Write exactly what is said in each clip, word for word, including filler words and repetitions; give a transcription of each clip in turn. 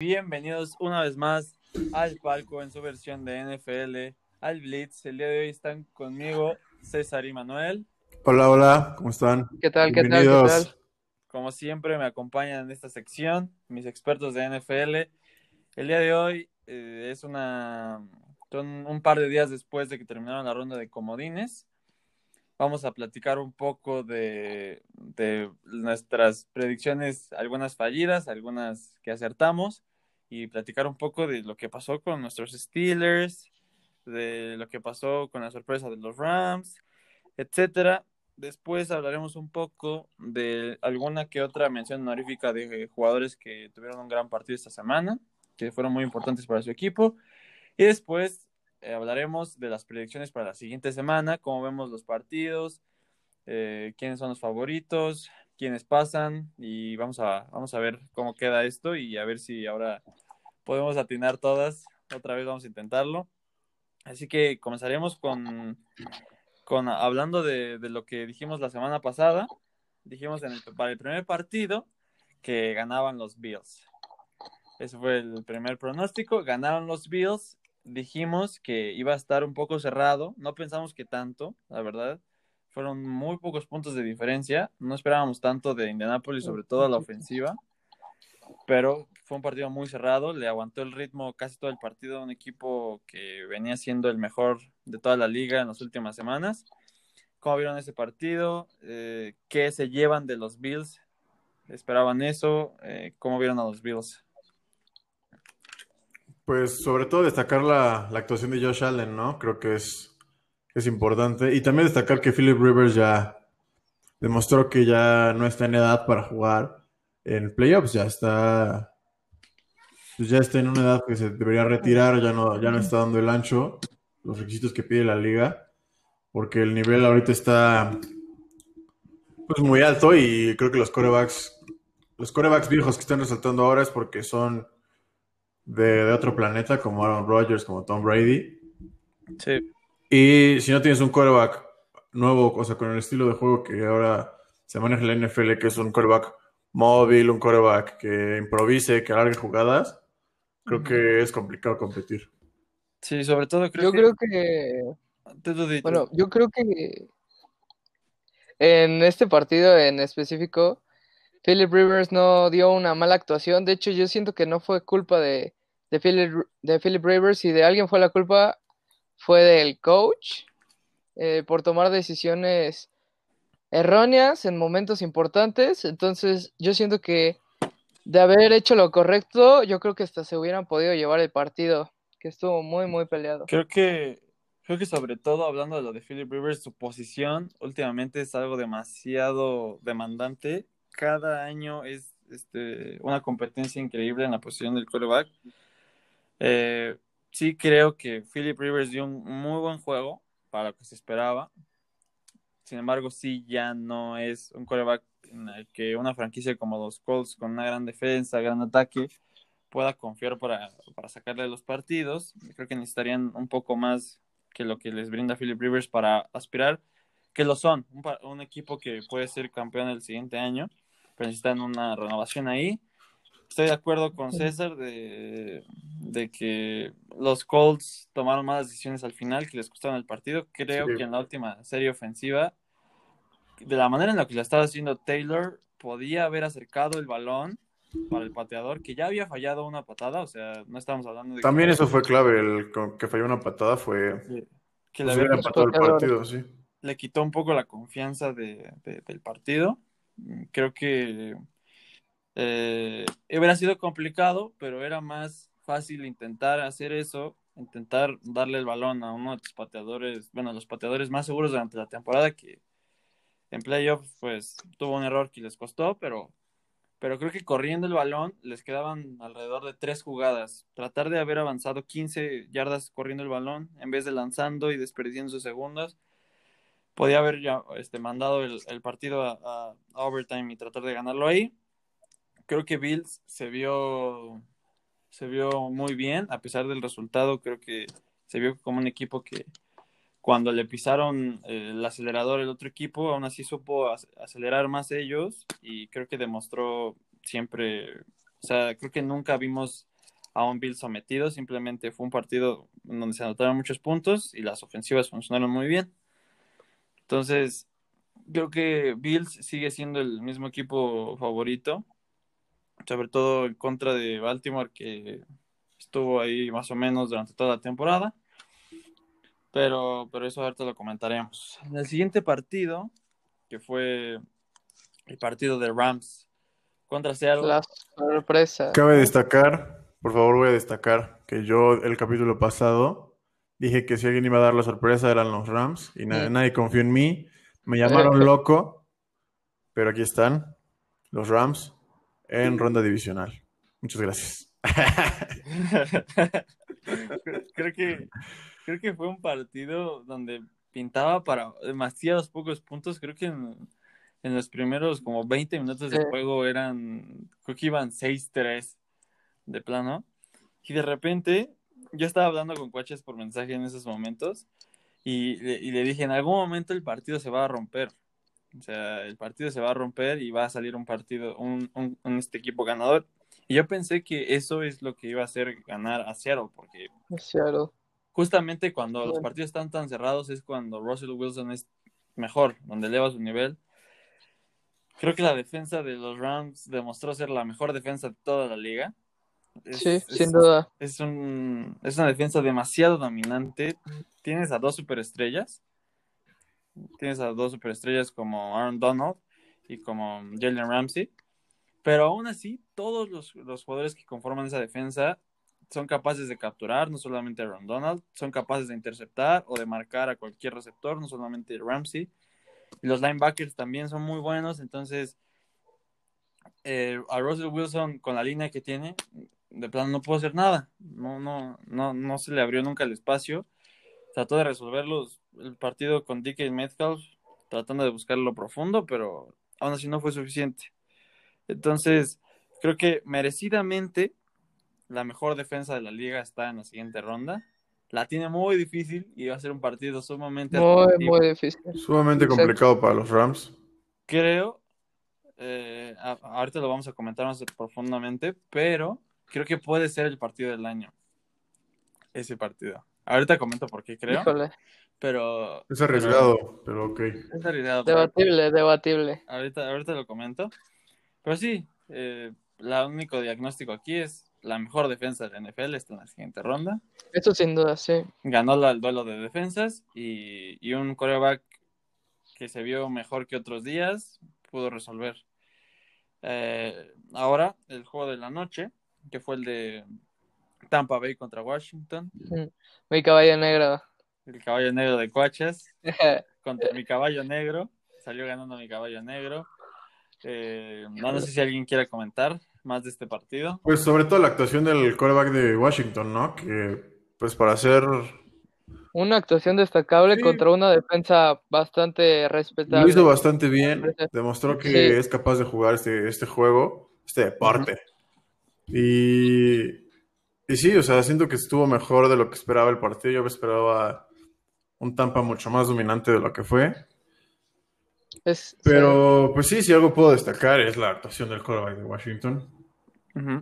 Bienvenidos una vez más al palco en su versión de N F L, al Blitz. El día de hoy están conmigo César y Manuel. Hola, hola, ¿cómo están? ¿Qué tal, qué tal, qué tal? Bienvenidos. Como siempre me acompañan en esta sección mis expertos de N F L. El día de hoy eh, es una son un par de días después de que terminaron la ronda de comodines. Vamos a platicar un poco de, de nuestras predicciones, algunas fallidas, algunas que acertamos, y platicar un poco de lo que pasó con nuestros Steelers, de lo que pasó con la sorpresa de los Rams, etcétera. Después hablaremos un poco de alguna que otra mención honorífica de jugadores que tuvieron un gran partido esta semana, que fueron muy importantes para su equipo. Y después eh, hablaremos de las predicciones para la siguiente semana, cómo vemos los partidos, eh, quiénes son los favoritos, quiénes pasan, y vamos a, vamos a ver cómo queda esto y a ver si ahora podemos atinar todas. Otra vez vamos a intentarlo. Así que comenzaremos con, con hablando de, de lo que dijimos la semana pasada. Dijimos en el, para el primer partido que ganaban los Bills. Ese fue el primer pronóstico. Ganaron los Bills. Dijimos que iba a estar un poco cerrado. No pensamos que tanto, la verdad. Fueron muy pocos puntos de diferencia. No esperábamos tanto de Indianapolis, sobre todo a la ofensiva. Pero fue un partido muy cerrado. Le aguantó el ritmo casi todo el partido a un equipo que venía siendo el mejor de toda la liga en las últimas semanas. ¿Cómo vieron ese partido? Eh, ¿Qué se llevan de los Bills? ¿Esperaban eso? Eh, ¿Cómo vieron a los Bills? Pues sobre todo destacar la, la actuación de Josh Allen, ¿no? Creo que es, es importante. Y también destacar que Philip Rivers ya demostró que ya no está en edad para jugar en playoffs, ya está, pues ya está en una edad que se debería retirar, ya no, ya no está dando el ancho, los requisitos que pide la liga, porque el nivel ahorita está pues muy alto y creo que los quarterbacks, los quarterbacks viejos que están resaltando ahora es porque son de, de otro planeta, como Aaron Rodgers, como Tom Brady. Sí. Y si no tienes un quarterback nuevo, o sea, con el estilo de juego que ahora se maneja en la N F L, que es un quarterback móvil, un quarterback que improvise, que alargue jugadas, creo que es complicado competir. Sí, sobre todo creo Yo que... creo que, Tú, tú, tú, tú. bueno, yo creo que en este partido en específico, Philip Rivers no dio una mala actuación. De hecho, yo siento que no fue culpa de, de, Philip, de Philip Rivers. Si de alguien fue la culpa, fue del coach eh, por tomar decisiones erróneas en momentos importantes. Entonces, yo siento que de haber hecho lo correcto, yo creo que hasta se hubieran podido llevar el partido, que estuvo muy, muy peleado. Creo que, creo que sobre todo hablando de lo de Philip Rivers, su posición últimamente es algo demasiado demandante. Cada año es este, una competencia increíble en la posición del quarterback. Eh, sí creo que Philip Rivers dio un muy buen juego para lo que se esperaba. Sin embargo, sí ya no es un quarterback en el que una franquicia como los Colts, con una gran defensa, gran ataque, pueda confiar para, para sacarle los partidos. Creo que necesitarían un poco más que lo que les brinda Philip Rivers para aspirar, que lo son, un, un equipo que puede ser campeón el siguiente año, pero necesitan una renovación ahí. Estoy de acuerdo con César de, de que los Colts tomaron malas decisiones al final que les costaron el partido. Sí. Creo que en la última serie ofensiva, de la manera en la que lo estaba haciendo Taylor, podía haber acercado el balón para el pateador, que ya había fallado una patada, o sea, no estamos hablando de que, También eso fue clave, el con- que falló una patada fue, que, que le pues había hubiera Los quitado, empatado el pateadores. partido, sí. le quitó un poco la confianza de, de, del partido. Creo que eh, hubiera sido complicado, pero era más fácil intentar hacer eso, intentar darle el balón a uno de tus pateadores, bueno, los pateadores más seguros durante la temporada, que en playoffs pues tuvo un error que les costó, pero pero creo que corriendo el balón les quedaban alrededor de tres jugadas. Tratar de haber avanzado quince yardas corriendo el balón en vez de lanzando y desperdiciando sus segundos, podía haber ya este, mandado el, el partido a, a, a overtime y tratar de ganarlo ahí. Creo que Bills se vio, se vio muy bien, a pesar del resultado. Creo que se vio como un equipo que cuando le pisaron eh, el acelerador el otro equipo, aún así supo ac- acelerar más ellos, y creo que demostró siempre, o sea, creo que nunca vimos a un Bills sometido, simplemente fue un partido en donde se anotaron muchos puntos y las ofensivas funcionaron muy bien. Entonces, creo que Bills sigue siendo el mismo equipo favorito, sobre todo en contra de Baltimore, que estuvo ahí más o menos durante toda la temporada. Pero, pero eso ahorita lo comentaremos. En el siguiente partido, que fue el partido de Rams contra Seattle. La sorpresa. Cabe destacar, por favor voy a destacar, que yo el capítulo pasado dije que si alguien iba a dar la sorpresa eran los Rams y na- Mm. nadie confió en mí. Me llamaron loco, pero aquí están los Rams en ronda divisional. Muchas gracias. creo que creo que fue un partido donde pintaba para demasiados pocos puntos. Creo que en, en los primeros como veinte minutos de Sí. juego eran, creo que iban seis tres de plano. Y de repente, yo estaba hablando con Cuaches por mensaje en esos momentos y le, y le dije, en algún momento el partido se va a romper. O sea, el partido se va a romper y va a salir un partido, un, un, un este equipo ganador. Y yo pensé que eso es lo que iba a hacer ganar a Seattle, porque Seattle. justamente cuando los Bueno. partidos están tan cerrados es cuando Russell Wilson es mejor, donde eleva su nivel. Creo que la defensa de los Rams demostró ser la mejor defensa de toda la liga. Es, Sí, es, sin duda. Es, un, es una defensa demasiado dominante. Tienes a dos superestrellas. Tienes a dos superestrellas como Aaron Donald y como Jalen Ramsey. Pero aún así, todos los, los jugadores que conforman esa defensa son capaces de capturar, no solamente a Aaron Donald, son capaces de interceptar o de marcar a cualquier receptor, no solamente Ramsey. Y los linebackers también son muy buenos, entonces eh, a Russell Wilson con la línea que tiene, de plano no pudo hacer nada, no, no, no, no se le abrió nunca el espacio. Trató de resolver los, el partido con D K Metcalf, tratando de buscar lo profundo, pero aún así no fue suficiente. Entonces, creo que merecidamente la mejor defensa de la liga está en la siguiente ronda. La tiene muy difícil y va a ser un partido sumamente Muy, atractivo. muy difícil. Sumamente Exacto. complicado para los Rams. Creo, eh, a- ahorita lo vamos a comentar más profundamente, pero creo que puede ser el partido del año. Ese partido. Ahorita comento por qué creo, Híjole. pero... Es pero arriesgado, pero ok. es arriesgado, pero Debatible, debatible. ahorita, ahorita lo comento. Pero sí, eh, el único diagnóstico aquí es la mejor defensa de la N F L está en la siguiente ronda. Eso sin duda, sí. Ganó la- el duelo de defensas y, y un quarterback que se vio mejor que otros días pudo resolver. Eh, ahora, el juego de la noche, que fue el de Tampa Bay contra Washington. Mm. Mi caballo negro. El caballo negro de Coachas contra mi caballo negro. Salió ganando mi caballo negro. Eh, no, no sé si alguien quiere comentar más de este partido. Pues sobre todo la actuación del quarterback de Washington, ¿no? Que pues para hacer... Una actuación destacable Sí. contra una defensa bastante Lo respetable. hizo bastante bien, demostró que Sí. es capaz de jugar este, este juego, este deporte. Y, y sí, o sea, siento que estuvo mejor de lo que esperaba el partido. Yo esperaba un Tampa mucho más dominante de lo que fue. Es, sí. Pero, pues sí, si algo puedo destacar es la actuación del quarterback de Washington. Ujú.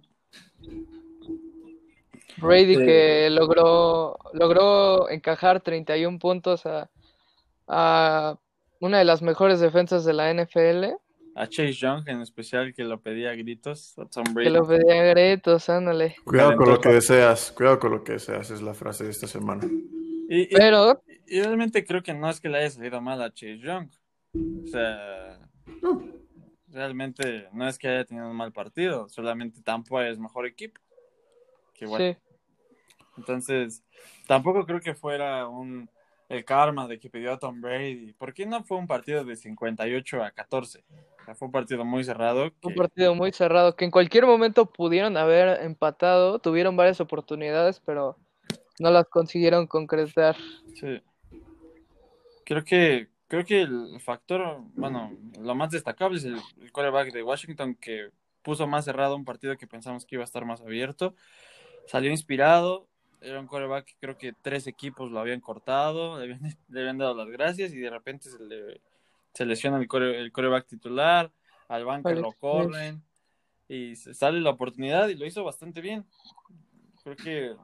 Brady Sí. que logró, logró encajar treinta y uno puntos a, a una de las mejores defensas de la N F L. A Chase Young en especial, que lo pedía a gritos. A Tom Brady. Que lo pedía a gritos, ándale. Cuidado con Calentó lo el que partido. deseas, cuidado con lo que deseas, es la frase de esta semana. Y, y- Pero, y realmente creo que no es que le haya salido mal a Chase Young. O sea, No. realmente no es que haya tenido un mal partido, solamente Tampa es mejor equipo. Que bueno. sí, Entonces, tampoco creo que fuera un el karma de que pidió a Tom Brady. ¿Por qué no fue un partido de cincuenta y ocho a catorce? O sea, fue un partido muy cerrado. un Que, partido muy cerrado, que en cualquier momento pudieron haber empatado, tuvieron varias oportunidades, pero no las consiguieron concretar. sí. Creo que creo que el factor, bueno, lo más destacable es el, el quarterback de Washington, que puso más cerrado un partido que pensamos que iba a estar más abierto. Salió inspirado. Era un quarterback que creo que tres equipos lo habían cortado, le habían, le habían dado las gracias y de repente se le se lesiona el, core, el quarterback titular, al banker Alex lo corren y se sale la oportunidad y lo hizo bastante bien. Creo que,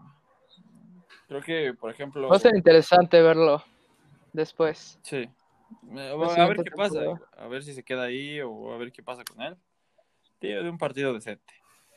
creo que, por ejemplo, Va a ser interesante verlo después. sí. Eh, La A ver siguiente qué pasa, temporada. a ver si se queda ahí o a ver qué pasa con él. Tío, de un partido decente.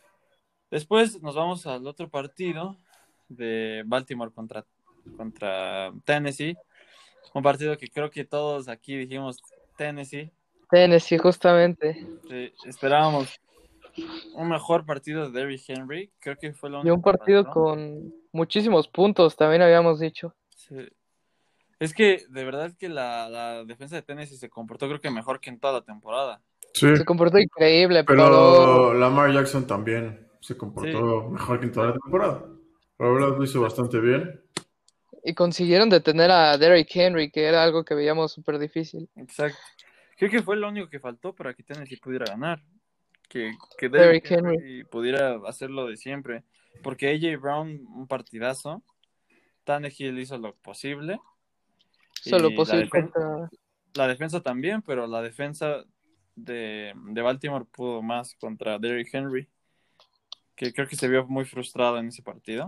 Después nos vamos al otro partido de Baltimore contra, contra Tennessee. Un partido que creo que todos aquí dijimos Tennessee. Tennessee, justamente. Sí, esperábamos un mejor partido de Derrick Henry. Creo que fue lo Y único un que partido faltó. con muchísimos puntos, también habíamos dicho. Sí. Es que de verdad que la, la defensa de Tennessee se comportó creo que mejor que en toda la temporada. Sí, Se comportó increíble, paró. pero Lamar Jackson también se Sí, comportó mejor que en toda la temporada. La verdad lo hizo bastante bien. Y consiguieron detener a Derrick Henry, que era algo que veíamos súper difícil. exacto. Creo que fue lo único que faltó para que Tennessee pudiera ganar. Que, que Derrick Derrick Henry. Henry pudiera hacerlo de siempre. Porque A J Brown, un partidazo. Tannehill hizo lo posible. Solo Y la, posible defen- contra. la defensa también, pero la defensa de, de Baltimore pudo más contra Derrick Henry. Que creo que se vio muy frustrado en ese partido.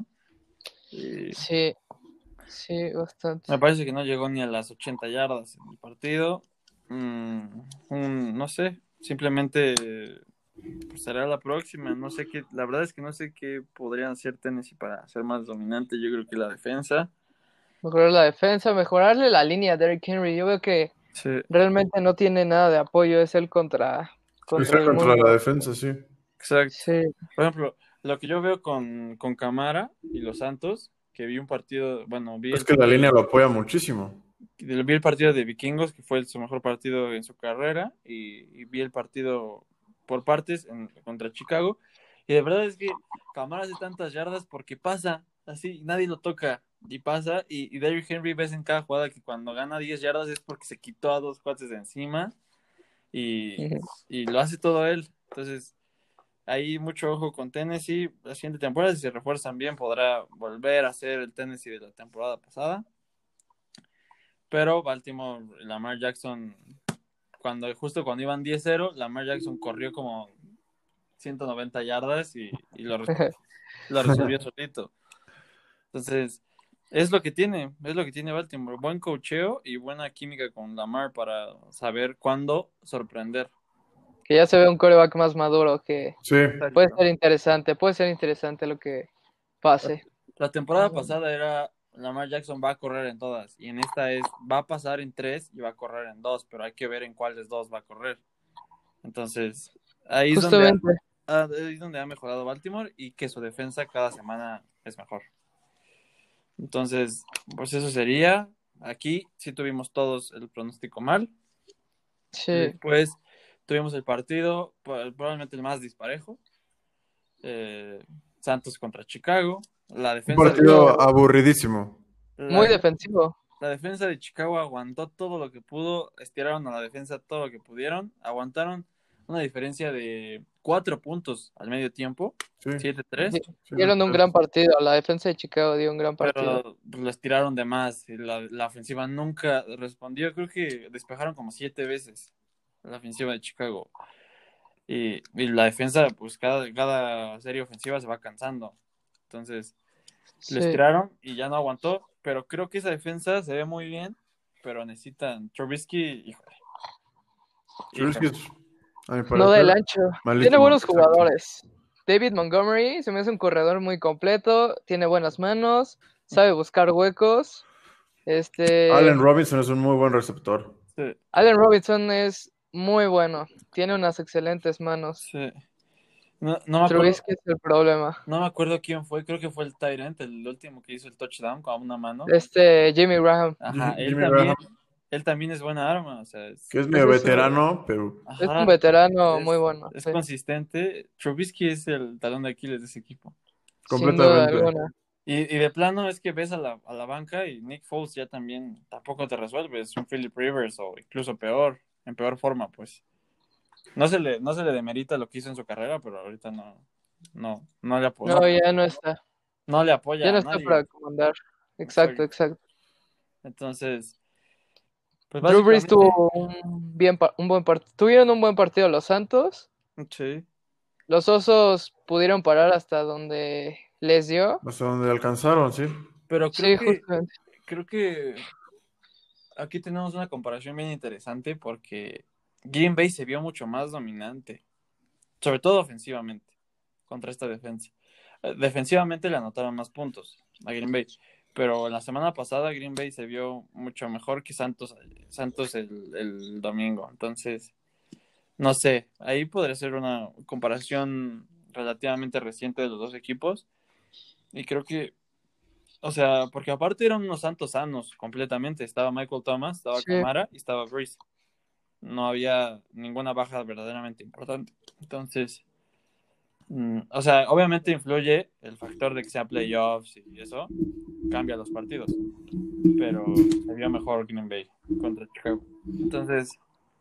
Y Sí, sí, bastante. me parece que no llegó ni a las ochenta yardas en el partido. Mm, un- no sé, simplemente pues, será la próxima. No sé qué, la verdad es que no sé qué podrían hacer Tennessee para ser más dominante. Yo creo que la defensa. Mejorar la defensa, mejorarle la línea a Derrick Henry. Yo veo que Sí, realmente no tiene nada de apoyo, es él contra, contra Está el contra la mundo. defensa, sí. exacto. Sí, Por ejemplo, lo que yo veo con, con Camara y los Santos, que vi un partido, bueno, vi Es el que la partido línea de, lo apoya muchísimo. vi el partido de Vikingos, que fue su mejor partido en su carrera, y, y vi el partido por partes en- contra Chicago. Y de verdad es que Camara hace tantas yardas porque pasa, así, nadie lo toca y pasa. Y, y Derrick Henry ves en cada jugada que cuando gana diez yardas es porque se quitó a dos cuates de encima y, ujú. y lo hace todo él. Entonces, ahí mucho ojo con Tennessee. La siguiente temporada, si se refuerzan bien, podrá volver a ser el Tennessee de la temporada pasada. Pero Baltimore, Lamar Jackson, cuando justo cuando iban diez cero, Lamar Jackson corrió como ciento noventa yardas y, y lo, lo resolvió solito. Entonces, es lo que tiene, es lo que tiene Baltimore. Buen coacheo y buena química con Lamar para saber cuándo sorprender. Que ya se ve un coreback más maduro, que Sí, puede ser interesante, puede ser interesante lo que pase. La temporada pasada era Lamar Jackson va a correr en todas y en esta es va a pasar en tres y va a correr en dos, pero hay que ver en cuáles dos va a correr. Entonces, ahí es donde Justamente, ha, ahí es donde ha mejorado Baltimore y que su defensa cada semana es mejor. Entonces, pues eso sería. Aquí sí tuvimos todos el pronóstico mal. sí. Después tuvimos el partido, probablemente el más disparejo. Eh, Santos contra Chicago. La un defensa de partido Chicago. aburridísimo. Muy La, defensivo. la defensa de Chicago aguantó todo lo que pudo. Estiraron a la defensa todo lo que pudieron. Aguantaron una diferencia de cuatro puntos al medio tiempo. Sí, siete tres. Di- sí, Dieron un gran partido. La defensa de Chicago dio un gran partido. Pero pues, lo estiraron de más. Y la, la ofensiva nunca respondió. Creo que despejaron como siete veces la ofensiva de Chicago. Y, y la defensa, pues cada, cada serie ofensiva se va cansando. Entonces, lo Sí, estiraron y ya no aguantó. Pero creo que esa defensa se ve muy bien. Pero necesitan Trubisky, híjole. Trubisky híjole. es, a mi no da el parecer, ancho. Tiene malísimo. buenos Exacto. jugadores. David Montgomery se me hace un corredor muy completo. Tiene buenas manos. Sabe buscar huecos. Este. Allen Robinson es un muy buen receptor. Sí, Allen Robinson es muy bueno. Tiene unas excelentes manos. sí. No, no me acuerdo, Trubisky es el problema. no me acuerdo quién fue. Creo que fue el Tyrant, el último que hizo el touchdown con una mano. Este, Jimmy Graham. Ajá, Jim- él Jimmy también, Graham, él también es buena arma. O sea, es, que es Ese medio es un, veterano, pero es un ajá, veterano es, muy bueno. es Sí, consistente. Trubisky es el talón de Aquiles de ese equipo. sin duda completamente. alguna. Y, y de plano es que ves a la, a la banca y Nick Foles ya también tampoco te resuelve. Es un Philip Rivers o incluso peor, en peor forma, pues. No se le, no se le demerita lo que hizo en su carrera, pero ahorita no, no, no le apoya, No, no, ya no está. no le Ya apoya no a está para nadie. comandar. Exacto, Exacto. exacto. Entonces, pues Drew Brees básicamente, tuvo un, bien, pa- un buen partido. Tuvieron un buen partido los Santos. sí, Los Osos pudieron parar hasta donde les dio. Hasta donde alcanzaron, sí. Pero creo Sí, que, justamente. creo que aquí tenemos una comparación bien interesante porque Green Bay se vio mucho más dominante, sobre todo ofensivamente, contra esta defensa. Eh, Defensivamente le anotaron más puntos a Green Bay, pero la semana pasada Green Bay se vio mucho mejor que Santos, Santos el, el domingo. Entonces, no sé, ahí podría ser una comparación relativamente reciente de los dos equipos. Y creo que, o sea, porque aparte eran unos Santos sanos completamente. Estaba Michael Thomas, estaba Sí, Camara y estaba Breeze. No había ninguna baja verdaderamente importante. Entonces, mm, o sea, obviamente influye el factor de que sea playoffs y eso, cambia los partidos. Pero se vio mejor Green Bay contra Chicago. Entonces,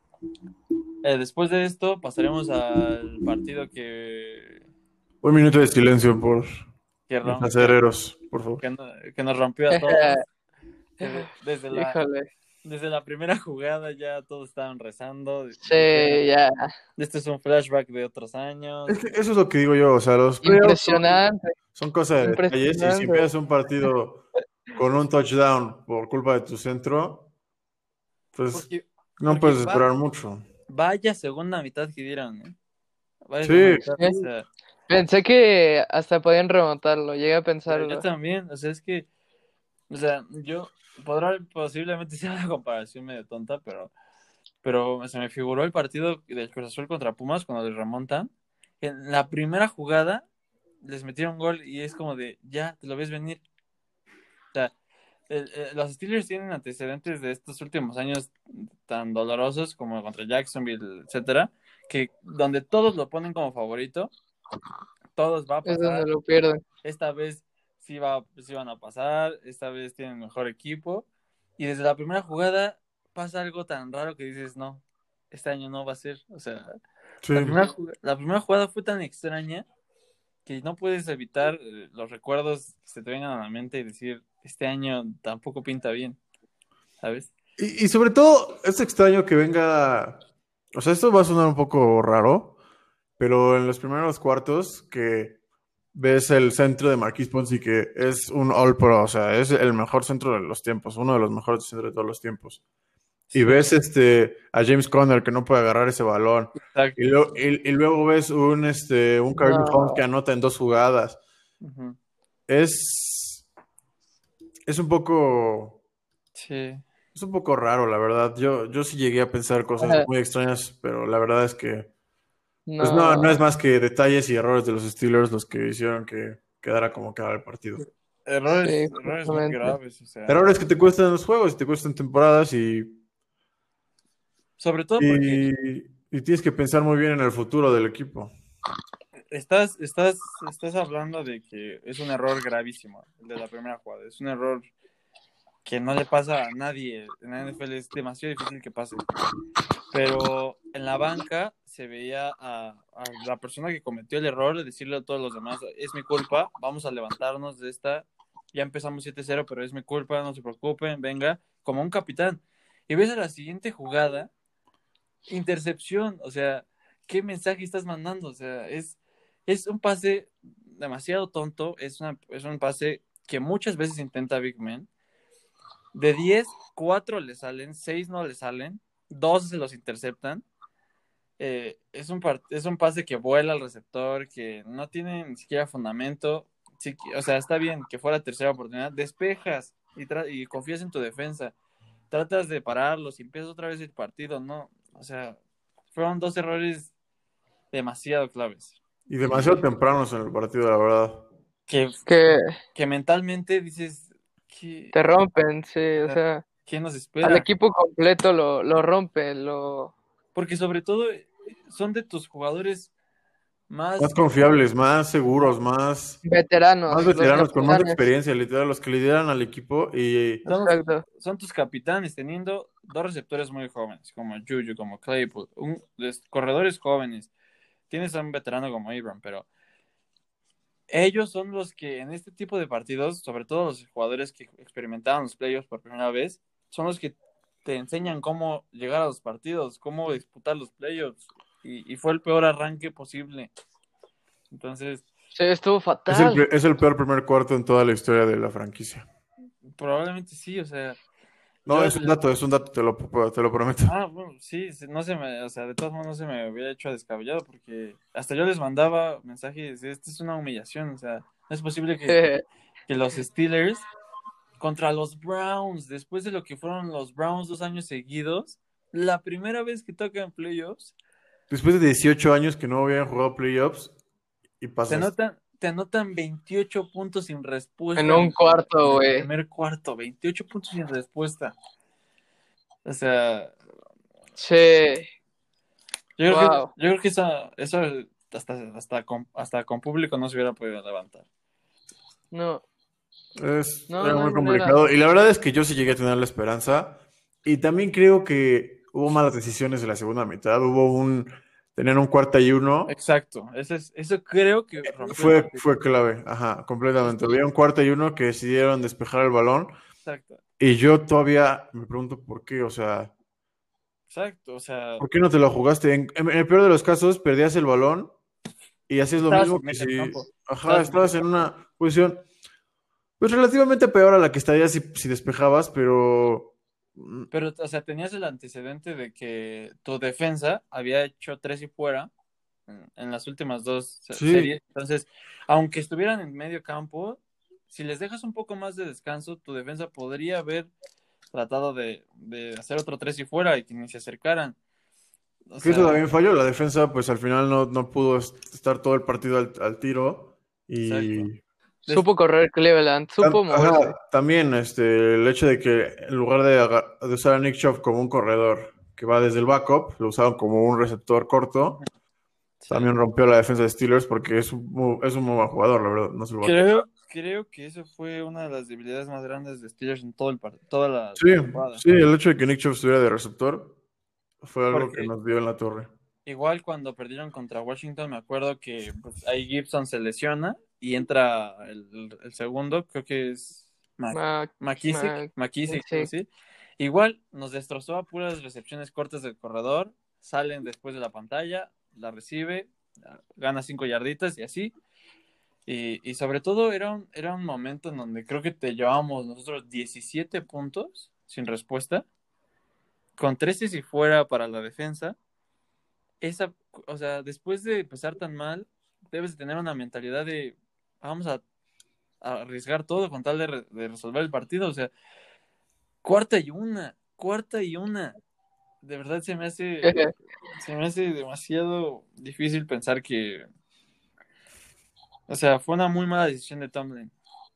eh, después de esto pasaremos al partido que, Un minuto de silencio por que, los rom- que, acereros, por favor. que no- que nos rompió a todos. Que de- desde la, híjole. desde la primera jugada ya todos estaban rezando. Decían, Sí, ya. este es un flashback de otros Es años. que eso es lo que digo yo, o sea, los playoffs son, Impresionante, son cosas de detalles y si impresionante. empiezas un partido con un touchdown por culpa de tu centro, pues Porque, no porque puedes va, esperar mucho. vaya segunda mitad que dieron, ¿eh? Vaya segunda Sí, mitad. O Sí. sea, Pensé que hasta podían remontarlo, llegué a yo, yo pensarlo. también. O sea, es que, o sea, yo, podrá, posiblemente sea una comparación medio tonta, pero, pero se me figuró el partido del Cruz Azul contra Pumas cuando les remontan. En la primera jugada les metieron gol y es como de, ya, te lo ves venir. O sea, el- el- los Steelers tienen antecedentes de estos últimos años tan dolorosos como contra Jacksonville, etcétera, que donde todos lo ponen como favorito, todos va a Es donde pasar. lo pierden. Esta vez sí, va, sí van a pasar, esta vez tienen mejor equipo. Y desde la primera jugada pasa algo tan raro que dices, no, este año no va a ser. O sea, la sí. primera, jug- la primera jugada fue tan extraña que no puedes evitar eh, los recuerdos que se te vengan a la mente y decir, este año tampoco pinta bien, ¿sabes? Y, y sobre todo, es extraño que venga, o sea, esto va a sonar un poco raro, pero en los primeros cuartos que ves el centro de Marquise Ponce que es un All Pro, o sea, es el mejor centro de los tiempos, uno de los mejores centros de todos los tiempos. Y Sí, ves este a James Conner que no puede agarrar ese balón. Y, exacto. luego y, y luego ves un este un Kareem Hunt que No, anota en dos jugadas. Ujú. Es es un poco Sí. es un poco raro, la verdad. Yo yo sí llegué a pensar cosas muy extrañas, pero la verdad es que pues no no es no. más que detalles y errores de los Steelers los que hicieron que quedara como quedara el partido. Errores, Sí, errores muy justamente. graves, o sea, Errores que te cuestan los juegos y te cuestan temporadas y sobre todo porque y, y tienes que pensar muy bien en el futuro del equipo. estás, estás, estás hablando de que es un error gravísimo el de la primera jugada, es un error que no le pasa a nadie en la N F L, es demasiado difícil que pase, pero en la banca se veía a, a la persona que cometió el error de decirle a todos los demás, es mi culpa, vamos a levantarnos de esta, ya empezamos siete cero, pero es mi culpa, no se preocupen, venga, como un capitán. Y ves a la siguiente jugada, intercepción, o sea, ¿qué mensaje estás mandando? O sea, es, es un pase demasiado tonto, es, una, es un pase que muchas veces intenta Big Man. De diez, cuatro le salen, seis no le salen, dos se los interceptan. Eh, es, un part- es un pase que vuela al receptor, que no tiene ni siquiera fundamento. Sí, o sea, está bien que fuera tercera oportunidad, despejas y, tra- y confías en tu defensa. Tratas de pararlos y empiezas otra vez el partido, ¿no? O sea, fueron dos errores demasiado claves. Y demasiado Y tempranos en el partido, la verdad. que, Que que mentalmente dices, ¿qué, te rompen, sí, o o sea, ¿qué nos al espera? equipo completo lo, lo rompen, lo Porque sobre todo eh, son de tus jugadores Más más, confiables, más seguros, más, más veteranos, los veteranos, con más capitanes, experiencia, literal, los que lideran al equipo. Y son, los- exacto. son tus capitanes teniendo dos receptores muy jóvenes, como Juju, como Claypool, un, des- corredores jóvenes. Tienes a un veterano como Abram, pero ellos son los que en este tipo de partidos, sobre todo los jugadores que experimentaron los playoffs por primera vez, son los que te enseñan cómo llegar a los partidos, cómo disputar los playoffs. Y, y fue el peor arranque posible. Entonces, Sí, estuvo Es el, fatal. pe- es el peor primer cuarto en toda la historia de la franquicia. Probablemente sí, o sea, No, yo es un dato, es un dato, te lo, te lo prometo. Ah, bueno, sí, sí, no se me, o sea, de todos modos no se me hubiera hecho descabellado porque hasta yo les mandaba mensajes y decía, esto es una humillación, o sea, no es posible que, que los Steelers contra los Browns, después de lo que fueron los Browns dos años seguidos, la primera vez que tocan playoffs, Después de dieciocho años que no habían jugado playoffs y te pasas. anotan, te anotan veintiocho puntos sin En respuesta en un el, en cuarto, el güey. primer cuarto, veintiocho puntos sin respuesta. O sea, Sí. Yo creo que, Wow. yo creo que esa, eso hasta, hasta, con, hasta con público no se hubiera podido levantar. No, Es, no, era no hay muy manera. complicado. Y la verdad es que yo sí llegué a tener la esperanza. Y también creo que hubo malas decisiones en la segunda mitad. Hubo un. Tener un cuarta y uno. Exacto, eso, es, eso creo que rompió el Fue, partido. fue clave. Ajá, completamente. Eso, Había un cuarta y uno que decidieron despejar el balón. exacto, Y yo todavía me pregunto por qué. O sea, exacto, o sea, ¿por qué no te lo jugaste? En, en el peor de los casos, perdías el balón y hacías lo estabas mismo en que medio si. campo, Ajá, estabas en medio estabas en campo. una posición. Pues relativamente peor a la que estarías si, si despejabas, pero. mm, Pero, o sea, tenías el antecedente de que tu defensa había hecho tres y fuera en, en las últimas dos se- Sí, series. Entonces, aunque estuvieran en medio campo, si les dejas un poco más de descanso, tu defensa podría haber tratado de, de hacer otro tres y fuera y que ni se acercaran. O que eso sea, también falló. La defensa, pues al final no, no pudo est- estar todo el partido al, al tiro. exacto. Y. Des- Supo correr Cleveland, tam- supo moverse. Ajá, también este, el hecho de que en lugar de, aga- de usar a Nick Chubb como un corredor que va desde el backup, lo usaron como un receptor corto. sí. También rompió la defensa de Steelers porque es un, muy- es un muy buen jugador, la verdad. No se lo va a quitar. Creo, creo que eso fue una de las debilidades más grandes de Steelers en todo el par- toda la Sí, temporada. sí, el hecho de que Nick Chubb estuviera de receptor fue algo que Porque nos dio en la torre. igual cuando perdieron contra Washington, me acuerdo que pues, ahí Gibson se lesiona y entra el, el- el segundo, creo que es Mac- Mac, McKissick, Mac, McKissick, algo sí. así. Igual nos destrozó a puras recepciones cortas del corredor, salen después de la pantalla, la recibe, gana cinco yarditas y así. Y, y sobre todo era un, era un momento en donde creo que te llevábamos nosotros diecisiete puntos sin respuesta, con trece si fuera para la defensa. Esa, o sea, después de empezar tan mal, debes de tener una mentalidad de vamos a, a arriesgar todo con tal de, re- de resolver el partido. O sea, cuarta y una, cuarta y una. De verdad se me hace, se me hace demasiado difícil pensar que, o sea, fue una muy mala decisión de Tomlin.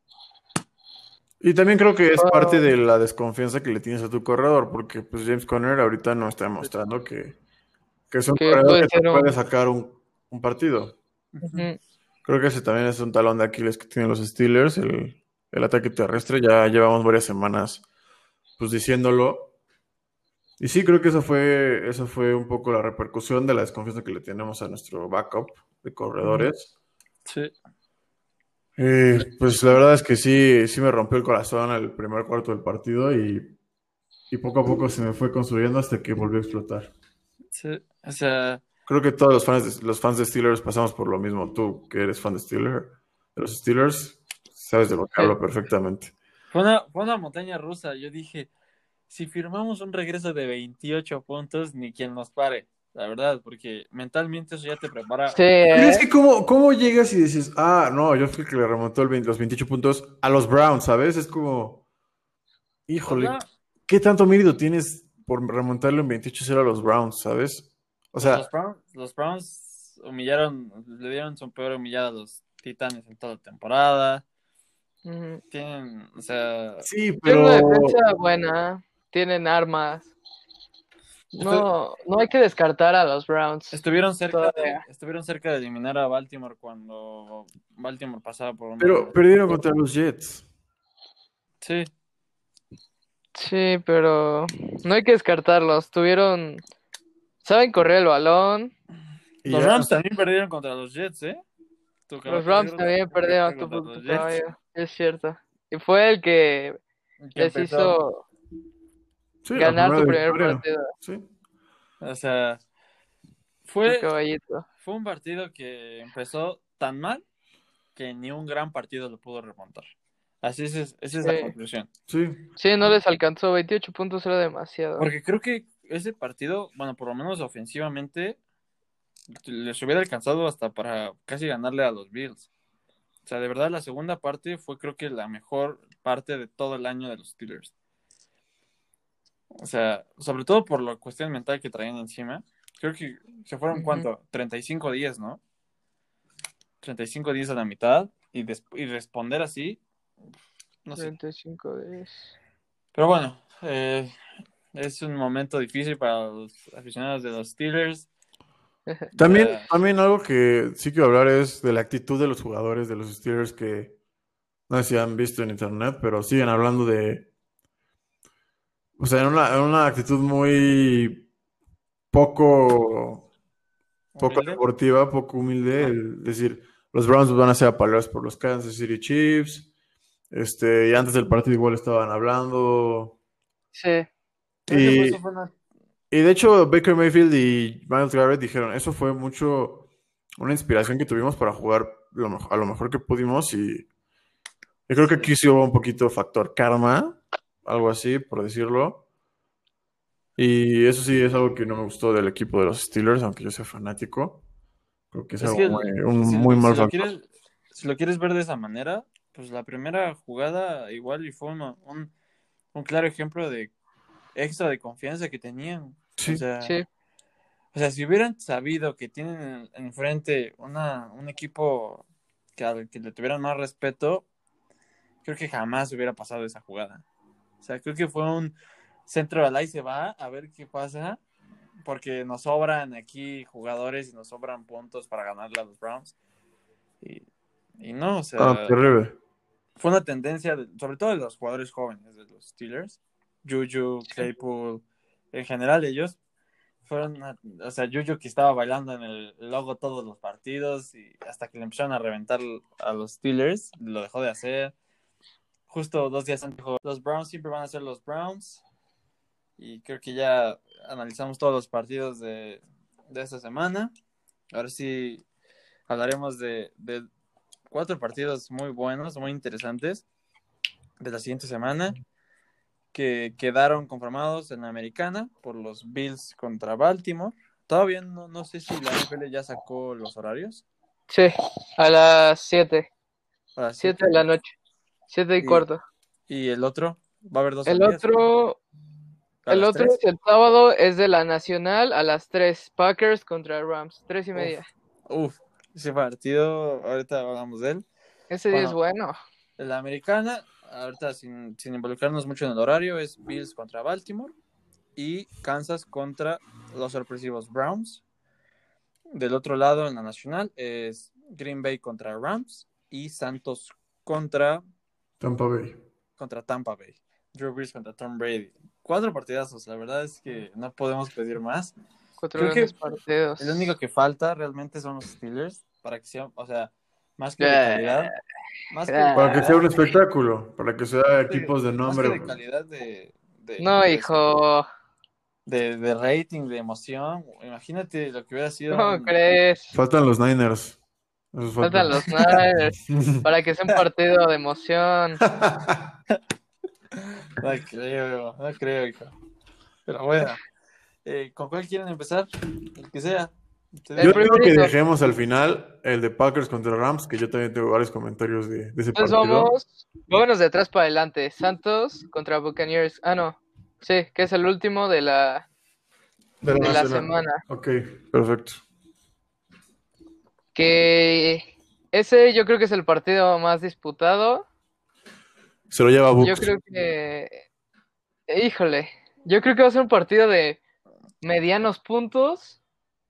Y también creo que es parte Oh, de la desconfianza que le tienes a tu corredor, porque pues James Conner ahorita no está demostrando que, que es un que corredor puede que te ser puede un... sacar un, un partido. Ujú. Ujú. Creo que ese también es un talón de Aquiles que tienen los Steelers, el, el ataque terrestre. Ya llevamos varias semanas pues diciéndolo. Y sí, creo que eso fue, eso fue un poco la repercusión de la desconfianza que le tenemos a nuestro backup de corredores. Sí, Eh, pues la verdad es que sí, sí me rompió el corazón el primer cuarto del partido y, y poco a poco se me fue construyendo hasta que volvió a explotar. sí. O sea, Creo que todos los fans de, los fans de Steelers pasamos por lo mismo. Tú, que eres fan de Steelers, de los Steelers, sabes de lo que Sí. hablo perfectamente. fue una, fue una montaña rusa. Yo dije, si firmamos un regreso de veintiocho puntos, ni quien nos pare, la verdad, porque mentalmente eso ya te prepara. Sí, Pero es ¿eh? que cómo, cómo llegas y dices, ah, no, yo fui el que le remontó el veinte los veintiocho puntos a los Browns, ¿sabes? Es como, híjole, Ajá, ¿qué tanto mérito tienes por remontarlo en veintiocho cero a los Browns, ¿sabes? O pues sea, los Browns, los Browns humillaron, le dieron su peor humillada a los Titanes en toda la temporada. Ujú. Tienen, o sea, sí, Tienen una pero defensa buena, tienen armas. estu- No, no hay que descartar a los Browns estuvieron cerca de, todavía. estuvieron cerca de eliminar a Baltimore cuando Baltimore pasaba por un Pero momento. perdieron contra los Jets. Sí, Sí, pero no hay que descartarlos. Tuvieron, saben correr el balón. Y los ya. Rams también perdieron contra los Jets, ¿eh? Tu Los caballo Rams negro también también perdió perdieron tu, contra tu los Jets, caballo, es cierto. Y fue el que que les empezó. hizo Sí, la ganar primera su primer victoria. partido, Sí. O sea, tu fue, caballito. fue un partido que empezó tan mal que ni un gran partido lo pudo remontar. Así es, esa es Sí. la conclusión. Sí. Sí, no les alcanzó. veintiocho puntos era demasiado. Porque creo que ese partido, bueno, por lo menos ofensivamente, les hubiera alcanzado hasta para casi ganarle a los Bills. O sea, de verdad, la segunda parte fue creo que la mejor parte de todo el año de los Steelers. O sea, sobre todo por la cuestión mental que traían encima. Creo que se fueron, Ujú. ¿cuánto? treinta y cinco días, ¿no? treinta y cinco días a la mitad y, des- y responder así, no sé. treinta y cinco de... Pero bueno, eh, es un momento difícil para los aficionados de los Steelers. También, Ya, también algo que sí quiero hablar es de la actitud de los jugadores de los Steelers que no sé si han visto en internet, pero siguen hablando de, o sea, en una, en una actitud muy poco, poco humilde. deportiva, poco humilde, Ajá. el decir, los Browns van a ser apaleados por los Kansas City Chiefs, este, y antes del partido igual estaban hablando, Sí, Creo que fue y, eso fue una... y de hecho Baker Mayfield y Miles Garrett dijeron, eso fue mucho una inspiración que tuvimos para jugar lo mejor- a lo mejor que pudimos y yo creo que Sí. aquí sí hubo un poquito factor karma, algo así, por decirlo. Y eso sí es algo que no me gustó del equipo de los Steelers, aunque yo sea fanático. Creo que es Es algo que muy, el- un si, muy si mal lo factor. quieres, si lo quieres ver de esa manera, pues la primera jugada igual y fue una- un, un claro ejemplo de extra de confianza que tenían. O Sí, sea, sí, o sea, si hubieran sabido que tienen enfrente una, un equipo que, al que le tuvieran más respeto, creo que jamás hubiera pasado esa jugada. O sea, creo que fue un centro al ahí se va a ver qué pasa, porque nos sobran aquí jugadores y nos sobran puntos para ganarle a los Browns. Y, y no, o ah, sea, terrible. fue una tendencia, de- sobre todo de los jugadores jóvenes de los Steelers, Juju, sí. Claypool, en general ellos, fueron, una- o sea, Juju que estaba bailando en el logo todos los partidos y hasta que le empezaron a reventar a los Steelers, lo dejó de hacer. Justo dos días antes dijo, los Browns siempre van a ser los Browns y creo que ya analizamos todos los partidos de, de esta semana. Ahora sí hablaremos de, de cuatro partidos muy buenos, muy interesantes de la siguiente semana que quedaron conformados en la americana por los Bills contra Baltimore. Todavía no, no sé si la N F L ya sacó los horarios. Sí, a las siete, A las siete siete. de la noche, siete y Y, cuarto. y el otro, va a haber dos al El día, supongo. otro, A el las otro tres. es el sábado, es de la Nacional a las tres, Packers contra Rams, tres y Uf, media. uf, ese partido, ahorita hablamos de él. Ese día es Bueno, bueno. la americana, ahorita sin, sin involucrarnos mucho en el horario, es Bills contra Baltimore y Kansas contra los sorpresivos Browns. Del otro lado, en la nacional, es Green Bay contra Rams y Santos contra, Tampa Bay. contra Tampa Bay. Drew Brees contra Tom Brady. Cuatro partidazos, la verdad es que no podemos pedir más. Cuatro Creo que grandes partidos. el único que falta realmente son los Steelers para que sea, o sea, más que de Eh, calidad, más que de Para que sea un calidad, espectáculo, para que sea de- equipos de más que nombre. de calidad de, de, No, de, hijo, de, de rating, de emoción. Imagínate lo que hubiera sido ¿cómo un... crees? Faltan los Niners. Esos faltan. Faltan los Niners para que sea un partido de emoción. No creo, no creo, hijo. Pero bueno, eh, ¿con cuál quieren empezar? El que sea. El Yo Ustedes digo dicen. que primerito. dejemos al final el de Packers contra Rams, que yo también tengo varios comentarios de, de ese Entonces partido. vamos, vámonos de atrás para adelante. Santos contra Buccaneers. Ah, no. Sí, que es el último de la, De la de la nacional. semana. Ok, perfecto. Que ese yo creo que es el partido más disputado. Se lo lleva Yo Bucks. creo que, híjole, yo creo que va a ser un partido de medianos puntos.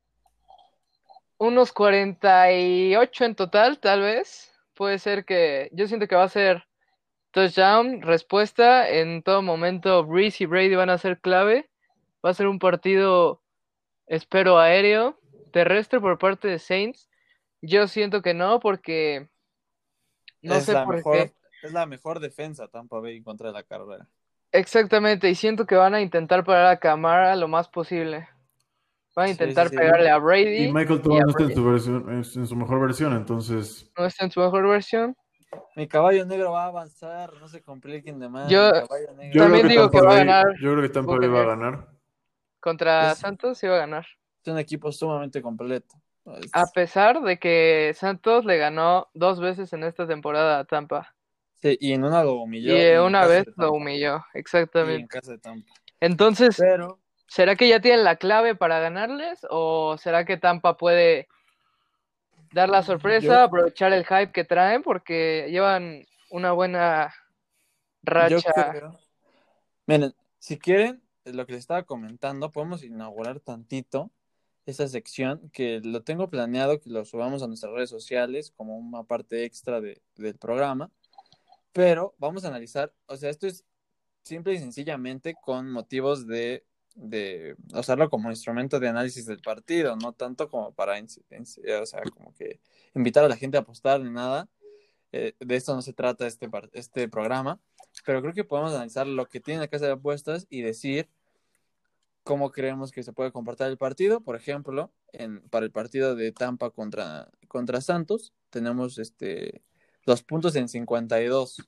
Unos cuarenta y ocho en total, tal vez. Puede ser que, yo siento que va a ser touchdown, respuesta. En todo momento, Breeze y Brady van a ser clave. Va a ser un partido, espero, aéreo, terrestre por parte de Saints. Yo siento que no, porque no Es sé la por qué. mejor, es la mejor defensa Tampa Bay contra la carrera. Exactamente, y siento que van a intentar parar a Camara lo más posible. Va a Sí, sí, intentar sí. pegarle a Y Brady Michael y Thomas a no está en Brady. su versión, en su mejor versión, entonces No está en su mejor versión. Mi caballo negro va a avanzar, no se compliquen de más. Yo Mi caballo yo negro. creo también que digo que Tampa va a Bay, ganar yo creo que Tampa Bay va a Buccaneers. ganar. Contra Es, Santos sí va a ganar. es un equipo sumamente completo. A Es- pesar de que Santos le ganó dos veces en esta temporada a Tampa. sí, y en una lo Y humilló eh, y en una casa vez de lo Tampa. humilló, Y en exactamente. casa de Tampa. Entonces, Pero ¿será que ya tienen la clave para ganarles? ¿O será que Tampa puede dar la sorpresa, yo, aprovechar el hype que traen? Porque llevan una buena yo racha. creo. Miren, si quieren, lo que les estaba comentando, podemos inaugurar tantito esa sección que lo tengo planeado que lo subamos a nuestras redes sociales como una parte extra de, del programa. Pero vamos a analizar, o sea, esto es simple y sencillamente con motivos de, de usarlo como instrumento de análisis del partido, no tanto como para, o sea, como que invitar a la gente a apostar ni nada. Eh, de esto no se trata este, este programa, pero creo que podemos analizar lo que tiene la casa de apuestas y decir cómo creemos que se puede comportar el partido. Por ejemplo, en, para el partido de Tampa contra, contra Santos, tenemos este, los puntos en cincuenta y dos.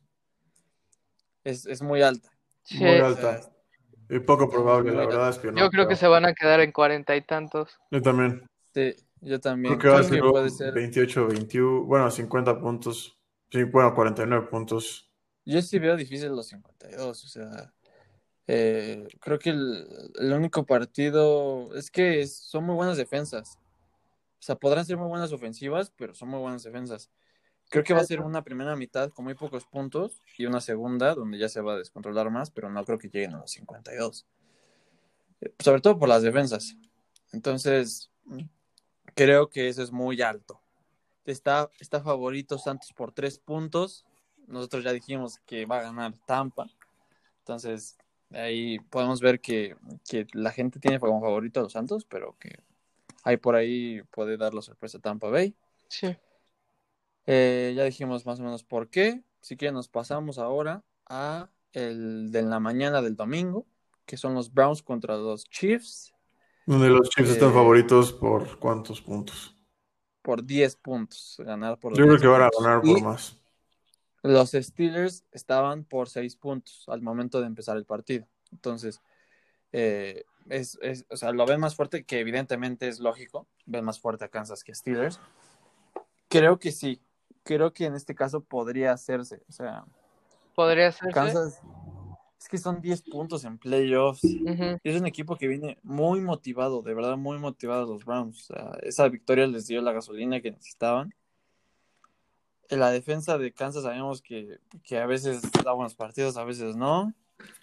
Es, es muy alta. Muy Sí, O sea, alta. Y poco es muy, probable, la muy verdad alta. es que yo no, creo que se pero van a quedar en cuarenta y tantos. yo también. Sí, yo Creo también. que va a Creo ser que puede un ser. veintiocho veintiuno, bueno, cincuenta puntos. Sí, bueno, cuarenta y nueve puntos. Yo sí veo difícil los cincuenta y dos. O sea, eh, creo que el, el único partido es que es- son muy buenas defensas. O sea, podrán ser muy buenas ofensivas, pero son muy buenas defensas. Creo que va a ser Exacto. una primera mitad con muy pocos puntos y una segunda donde ya se va a descontrolar más, pero no creo que lleguen a los cincuenta y dos. Eh, sobre todo por las defensas. Entonces, creo que eso es muy alto. Está, está favorito Santos por tres puntos. Nosotros ya dijimos que va a ganar Tampa. Entonces, ahí podemos ver que, que la gente tiene como favorito a los Santos, pero que ahí por ahí puede dar la sorpresa a Tampa Bay. Sí. Eh, ya dijimos más o menos por qué. Así que nos pasamos ahora a el de la mañana del domingo, que son los Browns contra los Chiefs, Donde los Chiefs están eh, favoritos por cuántos puntos. por diez puntos, ganar por Yo creo diez que van a puntos. ganar por Y más. los Steelers estaban por seis puntos al momento de empezar el partido. Entonces, eh, es, es, o sea, lo ven más fuerte, que evidentemente es lógico, ven más fuerte a Kansas que a Steelers. Creo que sí, creo que en este caso podría hacerse. O sea, Podría hacerse. Kansas, es que son diez puntos en playoffs. Ujú. Y es un equipo que viene muy motivado, de verdad muy motivado los Browns. O sea, esa victoria les dio la gasolina que necesitaban. En la defensa de Kansas sabemos que, que a veces da buenos partidos, a veces no.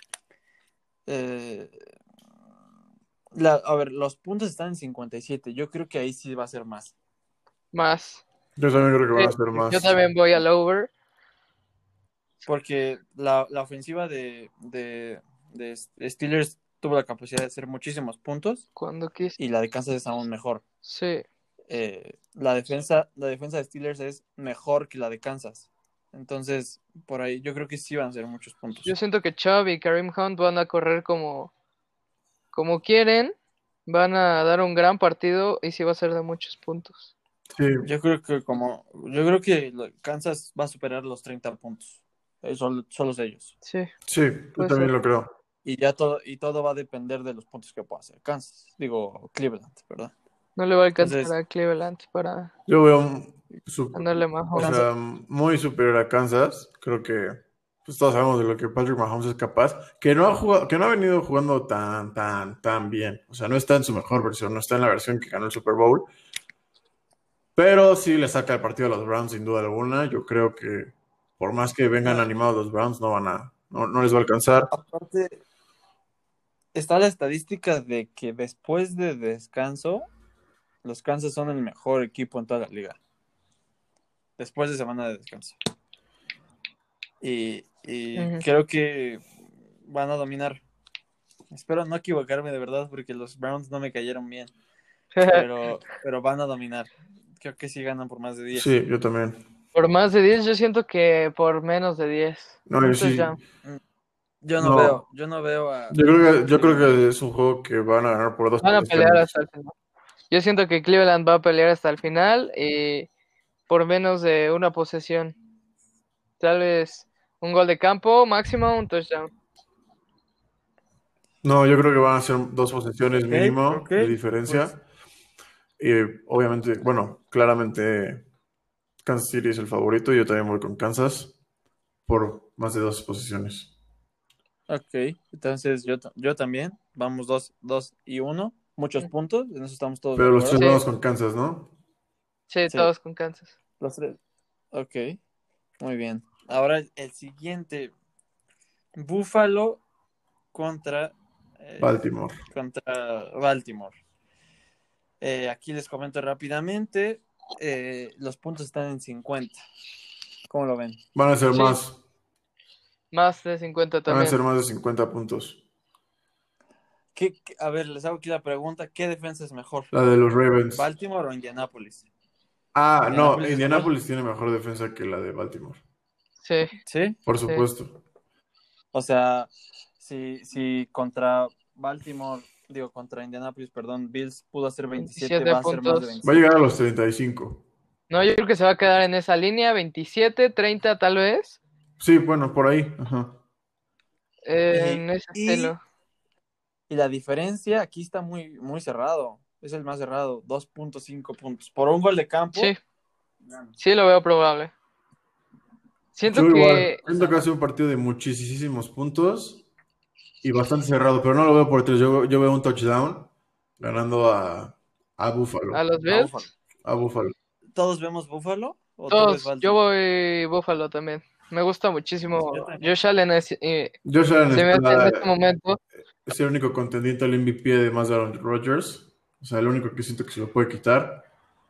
Eh, la, a ver, los puntos están en cincuenta y siete. Yo creo que ahí sí va a ser más. Más. Yo también creo que van Sí, a ser yo más. también voy al over. Porque la, la ofensiva de, de, de Steelers tuvo la capacidad de hacer muchísimos puntos Cuando quise. y la de Kansas es aún mejor. Sí. Eh, la defensa, la defensa de Steelers es mejor que la de Kansas. Entonces, por ahí yo creo que sí van a ser muchos puntos. Yo siento que Chubb y Kareem Hunt van a correr como, como quieren. Van a dar un gran partido y sí va a ser de muchos puntos. Sí, Yo creo que como, yo creo que lo- Kansas va a superar los treinta puntos. Eh, solo, solos ellos. Sí, sí, yo puede también ser. lo creo. Y ya todo, y todo va a depender de los puntos que pueda hacer Kansas. Digo, Cleveland, ¿verdad? No le va a alcanzar Entonces, a Cleveland para Yo veo, un su- ganarle más o Mahomes. sea, muy superior a Kansas. Creo que pues, todos sabemos de lo que Patrick Mahomes es capaz. Que no ha jugado, que no ha venido jugando tan, tan, tan bien. O sea, no está en su mejor versión, no está en la versión que ganó el Super Bowl. Pero sí le saca el partido a los Browns, sin duda alguna. Yo creo que por más que vengan no, animados los Browns, no van a, no, no les va a alcanzar. aparte, está la estadística de que después de descanso, los Kansas son el mejor equipo en toda la liga. Después de semana de descanso. Y, y Ujú. creo que van a dominar. Espero no equivocarme de verdad porque los Browns no me cayeron bien. Pero, pero van a dominar. Creo que sí ganan por más de diez. Sí, yo también. Por más de diez, yo siento que por menos de diez No, yo puntos sí, ya. Yo no No, veo, yo no veo a yo creo que, yo creo Cleveland. que es un juego que van a ganar por dos Van a pelear posiciones. hasta el final. Yo siento que Cleveland va a pelear hasta el final y por menos de una posesión. Tal vez un gol de campo, máximo un touchdown. No, yo creo que van a ser dos posiciones Ok, mínimo ok. de Pues, diferencia. Y obviamente, bueno, claramente Kansas City es el favorito. Yo también voy con Kansas por más de dos posiciones. ok. Entonces yo, ta- yo también. Vamos dos, dos y uno. Muchos puntos. En eso estamos todos de Pero los tres acuerdo. Sí, vamos con Kansas, ¿no? sí, Sí, todos con Kansas. los tres. Ok, muy bien. Ahora el, el siguiente. Buffalo contra, eh, Baltimore. contra Baltimore. Eh, aquí les comento rápidamente. Eh, los puntos están en cincuenta. ¿Cómo lo ven? Van a ser Sí, más, más de cincuenta van a también. ser más de cincuenta puntos. ¿Qué, qué- a ver, les hago aquí la pregunta. ¿Qué defensa es mejor? La de los Ravens. ¿Baltimore o Indianapolis? Ah, no, ¿Indianapolis es mejor? Indianapolis tiene mejor defensa que la de Baltimore. Sí, Sí. Por sí. supuesto. O sea, si, si contra Baltimore, digo, contra Indianapolis, perdón, Bills pudo hacer veintisiete, veintisiete va a ser más de puntos. Va a llegar a veintisiete. los treinta y cinco. No, yo creo que se va a quedar en esa línea, veintisiete, treinta tal vez, Sí, bueno, por ahí. Ajá. Y, en ese y, estilo. y la diferencia aquí está muy, muy cerrado. Es el más cerrado, dos punto cinco puntos. Por un gol de Sí, campo, gana. sí lo veo probable. Siento Yo igual. que O Siento sea, que ha sido un partido de muchísimos puntos y bastante cerrado, pero no lo veo por tres. Yo, yo veo un touchdown ganando a, a a Buffalo. los a Buffalo. Bills, A Buffalo. ¿Todos vemos Buffalo o tú ves todos, yo Baltimore? voy Buffalo también. Me gusta muchísimo Yo también. Josh Allen, es- eh, Josh Allen se me hace en está, este momento. es el único contendiente al M V P además de Aaron Rodgers. O sea, el único que siento que se lo puede quitar.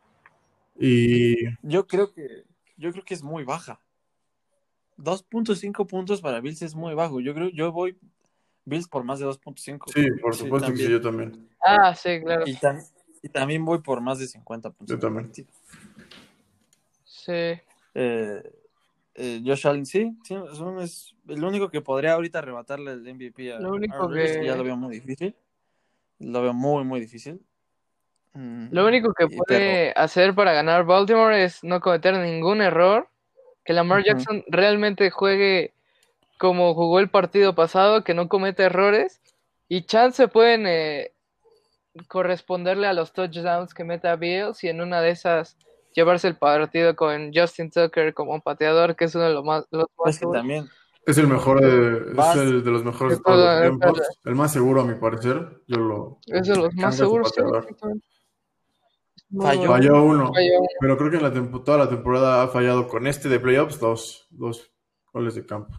Y Yo creo que, yo creo que es muy baja. dos punto cinco puntos para Bills es muy bajo. Yo creo, yo voy Bills por más de dos punto cinco. sí, por Sí, supuesto que sí, también. yo también. Ah, sí, claro. Y, tam- y también voy por más de cincuenta puntos Yo en el también. partido. Sí. Eh, eh, Josh Allen, sí, sí, es, un- es el único que podría ahorita arrebatarle el M V P a Lo Aaron único Rodgers y ya lo que veo muy difícil. Lo veo muy, muy difícil. Mm, lo único que y- pero, puede hacer para ganar Baltimore es no cometer ningún error, que Lamar ujú, Jackson realmente juegue como jugó el partido pasado, que no cometa errores y chance pueden eh, corresponderle a los touchdowns que meta Bills y en una de esas llevarse el partido con Justin Tucker como pateador, que es uno de los más, los más es que seguros. también Es el mejor de, es vas, el de los mejores De de todos los toda- de toda- tiempos. El más seguro, a mi parecer. Yo lo. Es de los Me más encanta su seguros, sí, pateador. exactamente. Muy falló bueno. Falló uno. uno, Falló. pero creo que en la tempo- toda la temporada ha fallado con este de playoffs dos, dos goles de campo.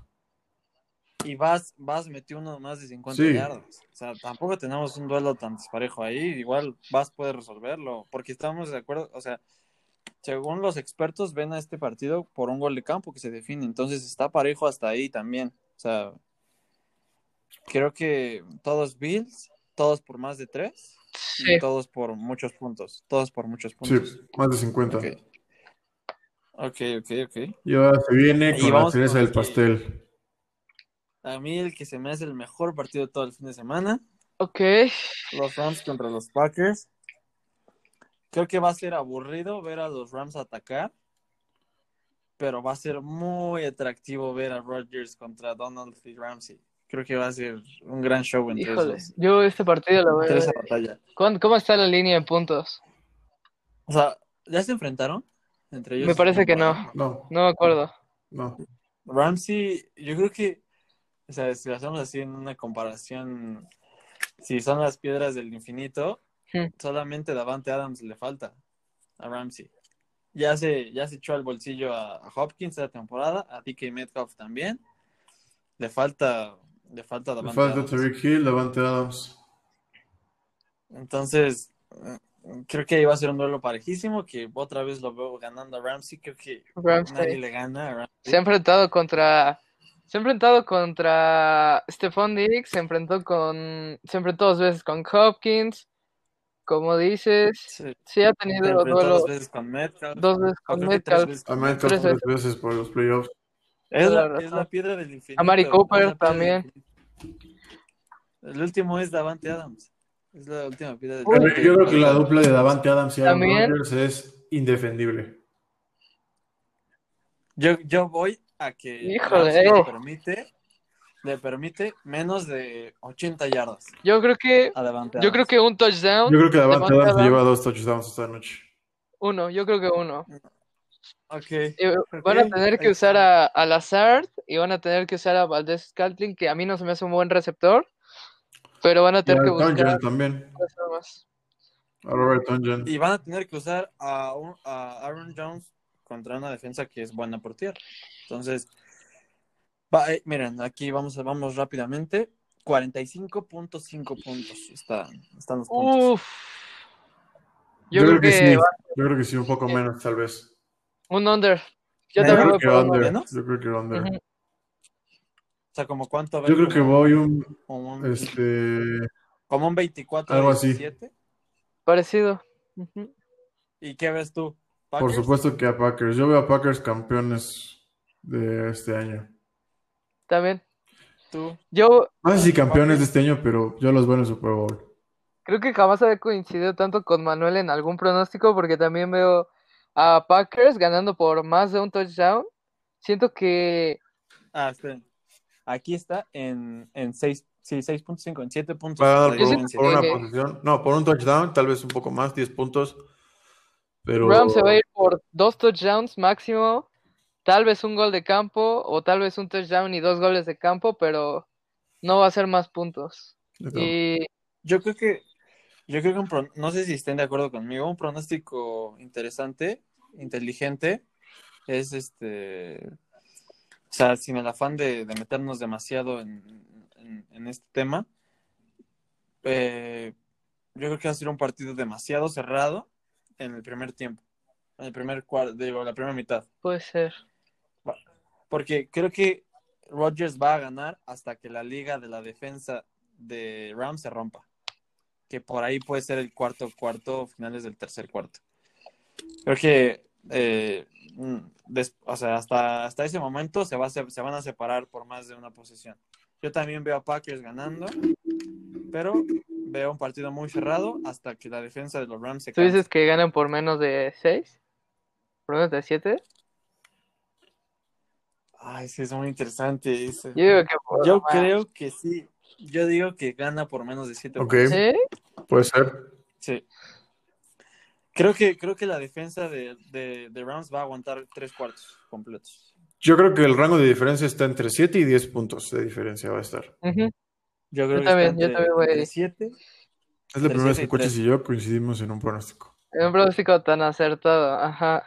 Y vas, vas metió uno más de cincuenta Sí, yardas. O sea, tampoco tenemos un duelo tan disparejo ahí. Igual vas puede resolverlo. Porque estamos de acuerdo. O sea, según los expertos, ven a este partido por un gol de campo que se define. Entonces está parejo hasta ahí también. O sea, creo que todos Bills, todos por más de tres y Sí, todos por muchos puntos. Todos por muchos sí, puntos. más de cincuenta. Ok, ok, ok, ok. Y ahora se viene Y con la vamos cereza con del el que pastel. a mí el que se me hace el mejor partido de todo el fin de semana. ok. Los Rams contra los Packers. Creo que va a ser aburrido ver a los Rams atacar, pero va a ser muy atractivo ver a Rodgers contra Donald y Ramsey. Creo que va a ser un gran show entre Híjole, esos, yo este partido lo entre veo. esa batalla. ¿Cuán- ¿Cómo está la línea de puntos? O sea, ¿ya se enfrentaron entre Me ellos esta parece que no, temporada? No, no me acuerdo. no. Ramsey, yo creo que, o sea, si lo hacemos así en una comparación, si son las piedras del infinito, Hmm. solamente Davante Adams le falta a Ramsey. Ya se, ya se echó al bolsillo a, a Hopkins esta temporada, a D K Metcalf también. Le falta, le falta Le Davante falta Adams. Tyreek Hill, Davante Adams. Entonces, eh, creo que iba a ser un duelo parejísimo, que otra vez lo veo ganando a Ramsey. Creo que nadie Ramsey. le gana a Se ha Ramsey. enfrentado contra. Se ha enfrentado contra Stephon Diggs, se enfrentó con. Se enfrentó dos veces con Hopkins. Como dices, Sí. sí ha Se tenido enfrentó duelos dos veces con Metcalf, dos veces o con creo que tres Metcalf, veces A con Metcalf tres Metcalf. tres veces. veces por los playoffs. Es toda la, la es la razón. piedra del A Mari infinito. Es Cooper la piedra del también. infinito. El último es Davante Adams. Es la última piedra del Uy, infinito. Yo Yo creo que creo la que dupla de Davante Adams y Aaron también. Rodgers es indefendible. yo, yo voy a que Rams Híjole, le eh. permite, le permite menos de ochenta yardas Yo creo que, a Davante yo creo Adams. que un touchdown Yo creo que de Davante Davante Adams se Adams, lleva dos touchdowns esta noche. uno, yo creo que uno. Ok, Y ok. van a tener que ahí usar está. a, a Lazard y van a tener que usar a Valdez Scantling, que a mí no se me hace un buen receptor, pero van a Y tener que a buscar Tonyan también. cosas más. A Robert Tonyan. Y van a tener que usar a, un- a Aaron Jones contra una defensa que es buena por tierra. Entonces, va, eh, miren, aquí vamos, vamos rápidamente. cuarenta y cinco punto cinco puntos están, están los puntos. Uf, yo Yo creo creo que sí. que va Yo creo que sí, un poco bien. menos, tal vez. Un under. Yo Yo también creo voy que por un under. under. ¿Menos? Yo creo que under. Ujú. O sea, como cuánto, a Yo ver, creo que como voy un, un, este, como un veinticuatro a algo así. diecisiete. Parecido. Ujú. ¿Y qué ves tú? Por ¿Packers? supuesto que a Packers. Yo veo a Packers campeones de este año. También. ¿Tú? Yo No sé si campeones de ¿Packers? este año, pero yo los veo en el Super Bowl. creo que jamás había coincidido tanto con Manuel en algún pronóstico porque también veo a Packers ganando por más de un touchdown. Siento que Ah, esperen. Aquí está en, en seis, sí, seis punto cinco, en siete Va a puntos la ganar yo por, siento diferencia. por una que posición. No, por un touchdown, tal vez un poco más, diez puntos. Rams se va a Pero ir por dos touchdowns máximo, tal vez un gol de campo o tal vez un touchdown y dos goles de campo, pero no va a ser más puntos. Y Yo creo que, yo creo que un pro- no sé si estén de acuerdo conmigo, un pronóstico interesante, inteligente, es este, o sea, sin el afán de, de meternos demasiado en, en- en este tema, eh, yo creo que va a ser un partido demasiado cerrado en el primer tiempo, en el primer cuarto, digo, la primera mitad. puede ser. Porque creo que Rodgers va a ganar hasta que la liga de la defensa de Rams se rompa. Que por ahí puede ser el cuarto cuarto, finales del tercer cuarto. Creo que eh, des, o sea, hasta, hasta ese momento se, va a, se van a separar por más de una posesión. Yo también veo a Packers ganando, pero veo un partido muy cerrado hasta que la defensa de los Rams se ¿Tú canse. dices que ganan por menos de seis? ¿Por menos de siete? Ay, sí, es muy interesante ese. Yo digo que por Yo más. creo que sí. Yo digo que gana por menos de siete ok, puntos. ¿Sí? puede ser. Sí. Creo que, creo que la defensa de, de, de Rams va a aguantar tres cuartos completos. Yo creo que el rango de diferencia está entre siete y diez puntos de diferencia va a estar. Ujú. Yo creo Yo que está también, yo entre, también voy entre siete, Es la entre primera vez siete que y Coches tres. y yo coincidimos en un pronóstico. En un pronóstico tan acertado, ajá.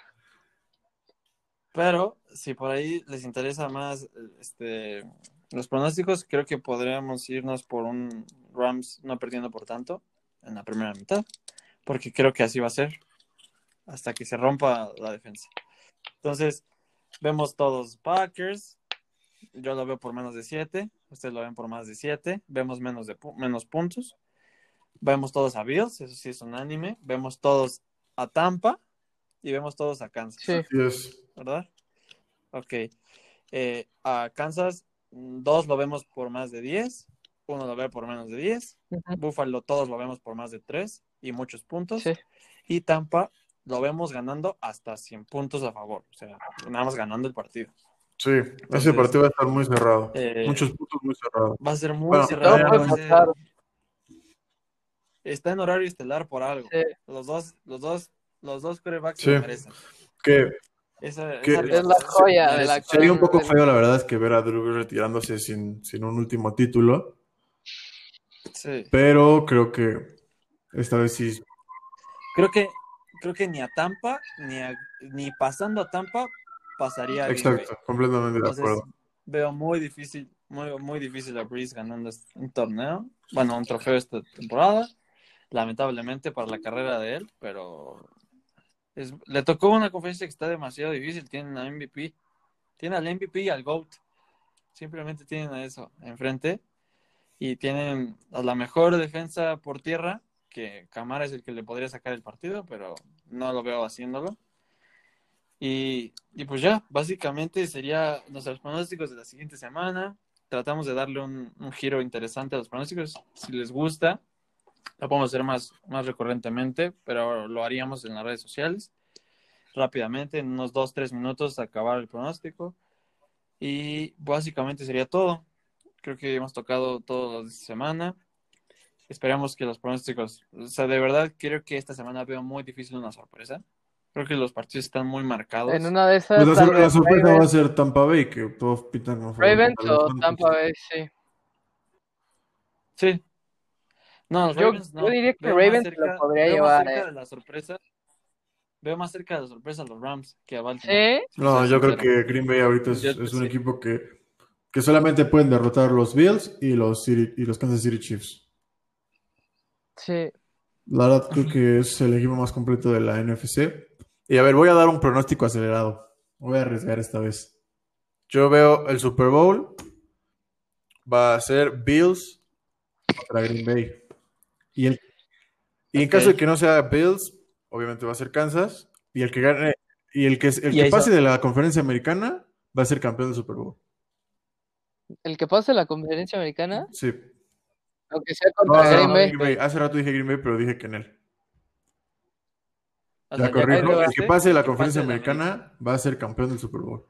Pero si por ahí les interesa más este, los pronósticos, creo que podríamos irnos por un Rams no perdiendo por tanto en la primera mitad, porque creo que así va a ser hasta que se rompa la defensa. Entonces, vemos todos Packers. Yo lo veo por menos de siete. Ustedes lo ven por más de siete. Vemos menos, de, menos puntos. Vemos todos a Bills. Eso sí es unánime. Vemos todos a Tampa. Y vemos todos a Kansas. Sí. Así es. ¿Verdad? Ok. Eh, a Kansas, dos lo vemos por más de diez. Uno lo ve por menos de diez. Ujú. Buffalo, todos lo vemos por más de tres. Y muchos puntos. Sí. Y Tampa lo vemos ganando hasta cien puntos a favor. O sea, nada más ganando el partido. Sí, Entonces, ese partido va a estar muy cerrado. Eh, Muchos puntos muy cerrados. Va a ser muy Bueno, cerrado. todo mañana puede Va a ser... pasar. Está en horario estelar por algo. Sí. Los dos, los dos, los dos quarterbacks Sí. se lo merecen. Que, Esa, que esa Es la rivalidad joya se de la merece. sería un poco corona. feo, la verdad, es que ver a Drew Brees retirándose sin, sin un último título. Sí. Pero creo que esta vez sí. Creo que, creo que ni a Tampa, ni, a- ni pasando a Tampa, pasaría a Green Bay. Exacto, completamente de Entonces, acuerdo. veo muy difícil, muy, muy difícil a Breeze ganando este- un torneo. Bueno, un trofeo esta temporada. Lamentablemente para la carrera de él, pero es- le tocó una conferencia que está demasiado difícil. Tienen a M V P. Tienen al M V P y al GOAT. Simplemente tienen a eso enfrente. Y tienen a la mejor defensa por tierra, que Camara es el que le podría sacar el partido, pero no lo veo haciéndolo. Y, y pues ya, básicamente sería nuestros pronósticos de la siguiente semana. Tratamos de darle un, un giro interesante a los pronósticos. Si les gusta, lo podemos hacer más, más recurrentemente, pero lo haríamos en las redes sociales. Rápidamente, en unos dos, tres minutos, acabar el pronóstico. Y básicamente sería todo. Creo que hemos tocado todo de esta semana. Esperamos que los pronósticos, o sea, de verdad creo que esta semana veo muy difícil una sorpresa. Creo que los partidos están muy En marcados. una de Pues esas, la, tal sor- la vez sorpresa va a Ravens, ser Tampa Bay, que todos pintan como favorito Ravens para los o Santos. Tampa Bay, sí. Sí, no, los Yo, Ravens yo no. diría que Veo más Ravens lo cerca, podría veo más llevar, cerca ¿eh? de la sorpresa, veo más cerca de la sorpresa a los Rams que a Baltimore, Sí, si te No, soy yo creo sincero. que Green Bay ahorita es, Yo, es un sí. equipo que, que solamente pueden derrotar los Bills y los, City- y los Kansas City Chiefs. sí. La verdad creo que es el equipo más completo de la N F C. Y a ver, voy a dar un pronóstico acelerado. Voy a arriesgar esta vez. Yo veo el Super Bowl va a ser Bills contra Green Bay. Y, el, y en Ok. caso de que no sea Bills, obviamente va a ser Kansas. Y el que gane, y el que, el Y que ahí pase son- de la conferencia americana va a ser campeón del Super Bowl. El que pase la conferencia americana, Sí. aunque sea No, contra no, no, Green no Bay. dije Green Bay. Hace rato dije Green Bay, pero dije que en él. o Ya sea, ya Ahí te corrijo. va. El que corregiste, pase de el la que pase conferencia de la América. americana va a ser campeón del Super Bowl.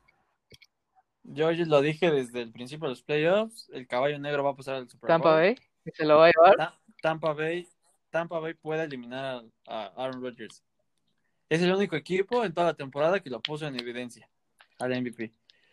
Yo ya lo dije desde el principio de los playoffs, el caballo negro va a pasar al Super Tampa Bowl. Bay, que se lo va a llevar. Ta- Tampa Bay, Tampa Bay puede eliminar a, a Aaron Rodgers. Es el único equipo en toda la temporada que lo puso en evidencia al M V P.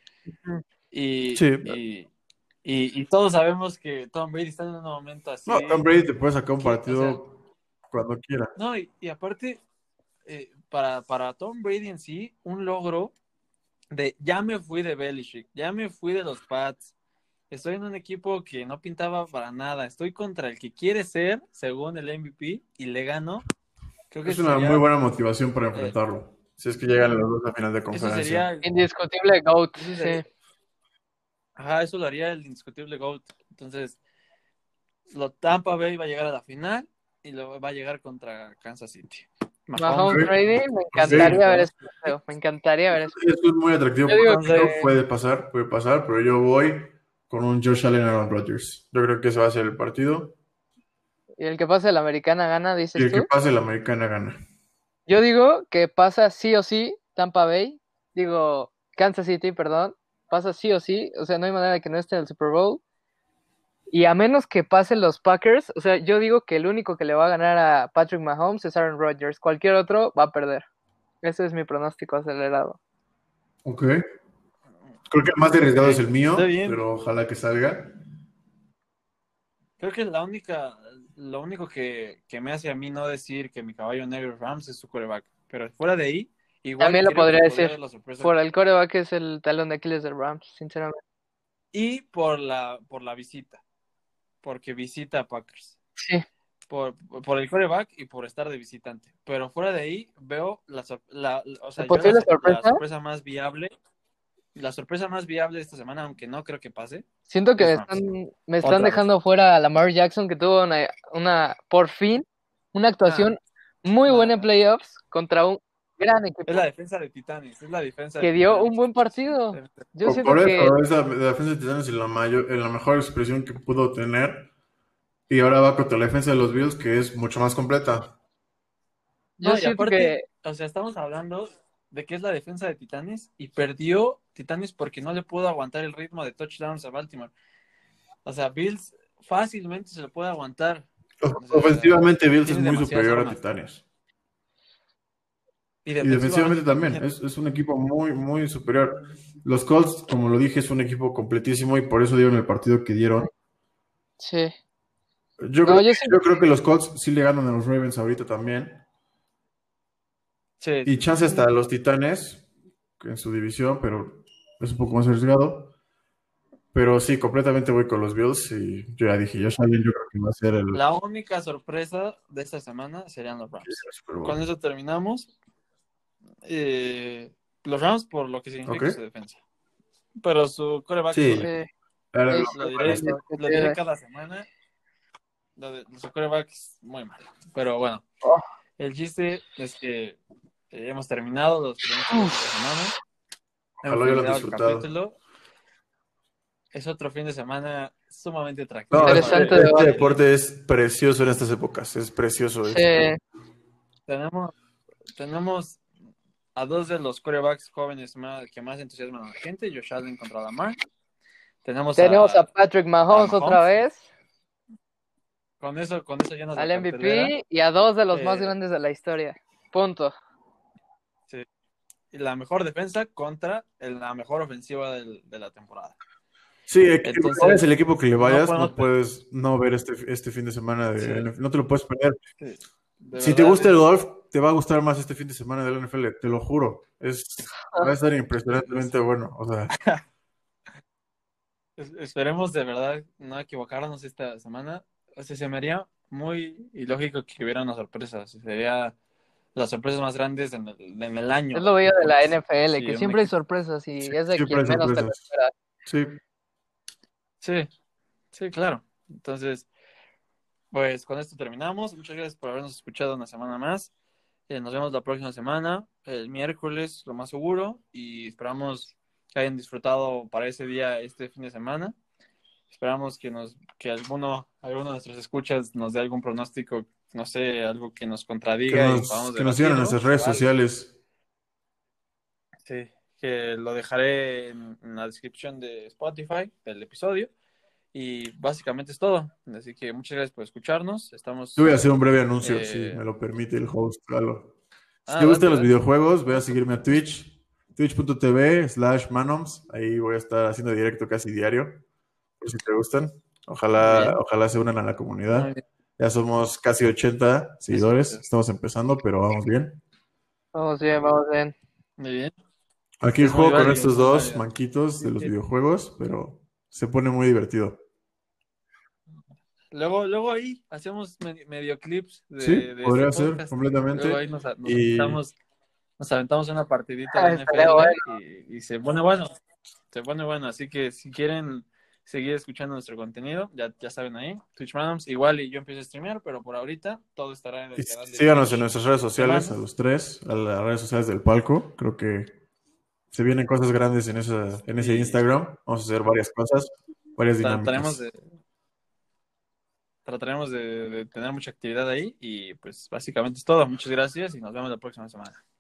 Y, Sí. y, y, y todos sabemos que Tom Brady está en un momento así. No, Tom Brady te puede sacar un que, o sea, partido cuando quiera. no, y, y aparte, eh, para, para Tom Brady en sí, un logro de ya me fui de Belichick, ya me fui de los Pats, estoy en un equipo que no pintaba para nada, estoy contra el que quiere ser, según el M V P, y le gano. Creo que Es eso una muy sería, buena motivación para eh, enfrentarlo. Si es que llegan los dos a final de eso conferencia. sería, Indiscutible GOAT, eso sí. sería, ajá, eso lo haría el indiscutible GOAT. Entonces, lo Tampa Bay va a llegar a la final y lo va a llegar contra Kansas City. Mahomes Ok. Brady, me Ok. encantaría ver ese partido. Me encantaría ver ese. Esto es muy atractivo. Yo digo Pronóstico, que puede pasar, puede pasar, pero yo voy con un Josh Allen Aaron Rodgers. Yo creo que ese va a ser el partido. y el que pase la americana gana, Y dices el que tú. pase la americana gana. Yo digo que pasa sí o sí Tampa Bay, digo Kansas City, perdón, pasa sí o sí, o sea, no hay manera de que no esté en el Super Bowl. Y a menos que pasen los Packers, o sea, yo digo que el único que le va a ganar a Patrick Mahomes es Aaron Rodgers, cualquier otro va a perder. Ese es mi pronóstico acelerado. Ok. Creo que el más arriesgado Ok, es el mío, está bien. pero ojalá que salga. Creo que la única, lo único que, que me hace a mí no decir que mi caballo negro es Rams es su quarterback. Pero fuera de ahí, igual También lo creo que podría podría decir, haber la sorpresa. por el coreback es el talón de Aquiles de Rams, sinceramente. Y por la, por la visita, porque visita a Packers. Sí, Por, por el quarterback y por estar de visitante. Pero fuera de ahí, veo la, sor- la, o sea, ¿la yo la, posible la sorpresa? sorpresa más viable, la sorpresa más viable de esta semana, aunque no creo que pase, Siento que me es Rams. están, me están Otra vez. dejando fuera a Lamar Jackson, que tuvo una, una, por fin, una actuación muy nah. buena en playoffs contra un gran equipo Es la defensa de Titanes, es la defensa de que dio Titanes. un buen partido. Yo Por, siento por que eso, esa la defensa de Titanes en la, mayor, en la mejor expresión que pudo tener. Y ahora va contra la defensa de los Bills, que es mucho más completa. yo No, y siento aparte, que o sea, estamos hablando de que es la defensa de Titanes y perdió Titanes porque no le pudo aguantar el ritmo de touchdowns a Baltimore. O sea, Bills fácilmente se lo puede aguantar. O sea, Ofensivamente, Bills es tiene muy demasiadas superior a armas. Titanes. Y Y defensivamente defensivamente también. también. Es, es un equipo muy, muy superior. Los Colts, como lo dije, es un equipo completísimo y por eso dieron el partido que dieron. sí. Yo, No, creo, yo que, siento yo creo que los Colts sí le ganan a los Ravens ahorita también. Sí. Y chance hasta a los Titanes en su división, pero es un poco más arriesgado. Pero sí, completamente voy con los Bills y yo ya dije, Josh Allen yo creo que va a ser el, La única sorpresa de esta semana serían los el Rams. Super Bowl. Con eso terminamos. Eh, los Rams por lo que significa Ok. su defensa. Pero su coreback Sí. lo, Sí, Era sí, lo lo que diré, parece. lo diré cada semana. Lo de su coreback es muy malo. Pero bueno, Oh. el chiste es que Eh, hemos terminado los pronósticos de esta semana. Hemos Ojalá yo lo terminado el disfrutado. capítulo. Es otro fin de semana sumamente No, atractivo. Interesante este, debate. este deporte es precioso en estas épocas. Es precioso. Sí, Es. Tenemos, tenemos a dos de los quarterbacks jóvenes más, que más entusiasman a la gente, Josh Allen contra Lamar. Tenemos, tenemos a, a Patrick Mahomes a Mahomes. otra vez, Con eso, con eso llenas al la M cartelera. V P y a dos de los Eh, más grandes de la historia. Punto. Sí. Y la mejor defensa contra el- la mejor ofensiva del- de la temporada. Sí, el, Entonces, vayas el equipo que le vayas, no no, podemos puedes no ver este, este fin de semana de Sí. N F L. No te lo puedes perder. Sí, de Si te verdad, gusta el es- golf, te va a gustar más este fin de semana del N F L, te lo juro. Es, va a estar impresionantemente bueno. O sea, es- esperemos de verdad no equivocarnos esta semana. O sea, se me haría muy ilógico que hubiera una sorpresa. O sea, sería las sorpresas más grandes en el, en el año. Es lo bello de la Porque N F L, si que un siempre hay equipo- sorpresas y sí, es de siempre quien hay menos te lo sorpresas. espera. Sí, Sí, sí, claro. Entonces, pues con esto terminamos. Muchas gracias por habernos escuchado una semana más. Eh, nos vemos la próxima semana, el miércoles, lo más seguro, y esperamos que hayan disfrutado para ese día, este fin de semana. Esperamos que nos, que alguno, alguno de nuestros escuchas nos dé algún pronóstico, no sé, algo que nos que contradiga y nos, podamos que nos sigan en debatirlo. nuestras redes Igual, sociales. sí, que lo dejaré en, en la descripción de Spotify del episodio. Y básicamente es todo. Así que muchas gracias por escucharnos. Estamos. Yo voy a hacer un breve anuncio, eh, si me lo permite el host, Lalo. Si Ah, te gustan date, los date. videojuegos, ve a seguirme a Twitch, twitch.tv slash manoms. Ahí voy a estar haciendo directo casi diario, por si te gustan. Muy Ojalá, bien. ojalá se unan a la Muy comunidad. bien. Ya somos casi ochenta seguidores. Gracias. Estamos empezando, pero vamos bien. Vamos bien, vamos bien. Muy bien. Aquí Es muy juego con válido, estos muy dos válido. manquitos de Sí, los sí. videojuegos, pero se pone muy divertido. Luego, luego ahí hacemos me- medio clips de, Sí, de podría este ser podcast. completamente. Luego ahí nos, nos Y aventamos, nos aventamos una partidita Ah, de estaría N F L bueno. y, y se pone bueno. Se pone bueno. Así que si quieren seguir escuchando nuestro contenido, ya, ya saben ahí, Twitch Randoms. Igual y yo empiezo a streamear, pero por ahorita todo estará en el Y canal de síganos Twitch. en nuestras redes sociales, Semana. a los tres, a las redes sociales del palco. Creo que se vienen cosas grandes en, esa, en ese Y Instagram. Vamos a hacer varias cosas, varias trataremos dinámicas. de, trataremos de, de tener mucha actividad ahí y pues básicamente es todo. Muchas gracias y nos vemos la próxima semana.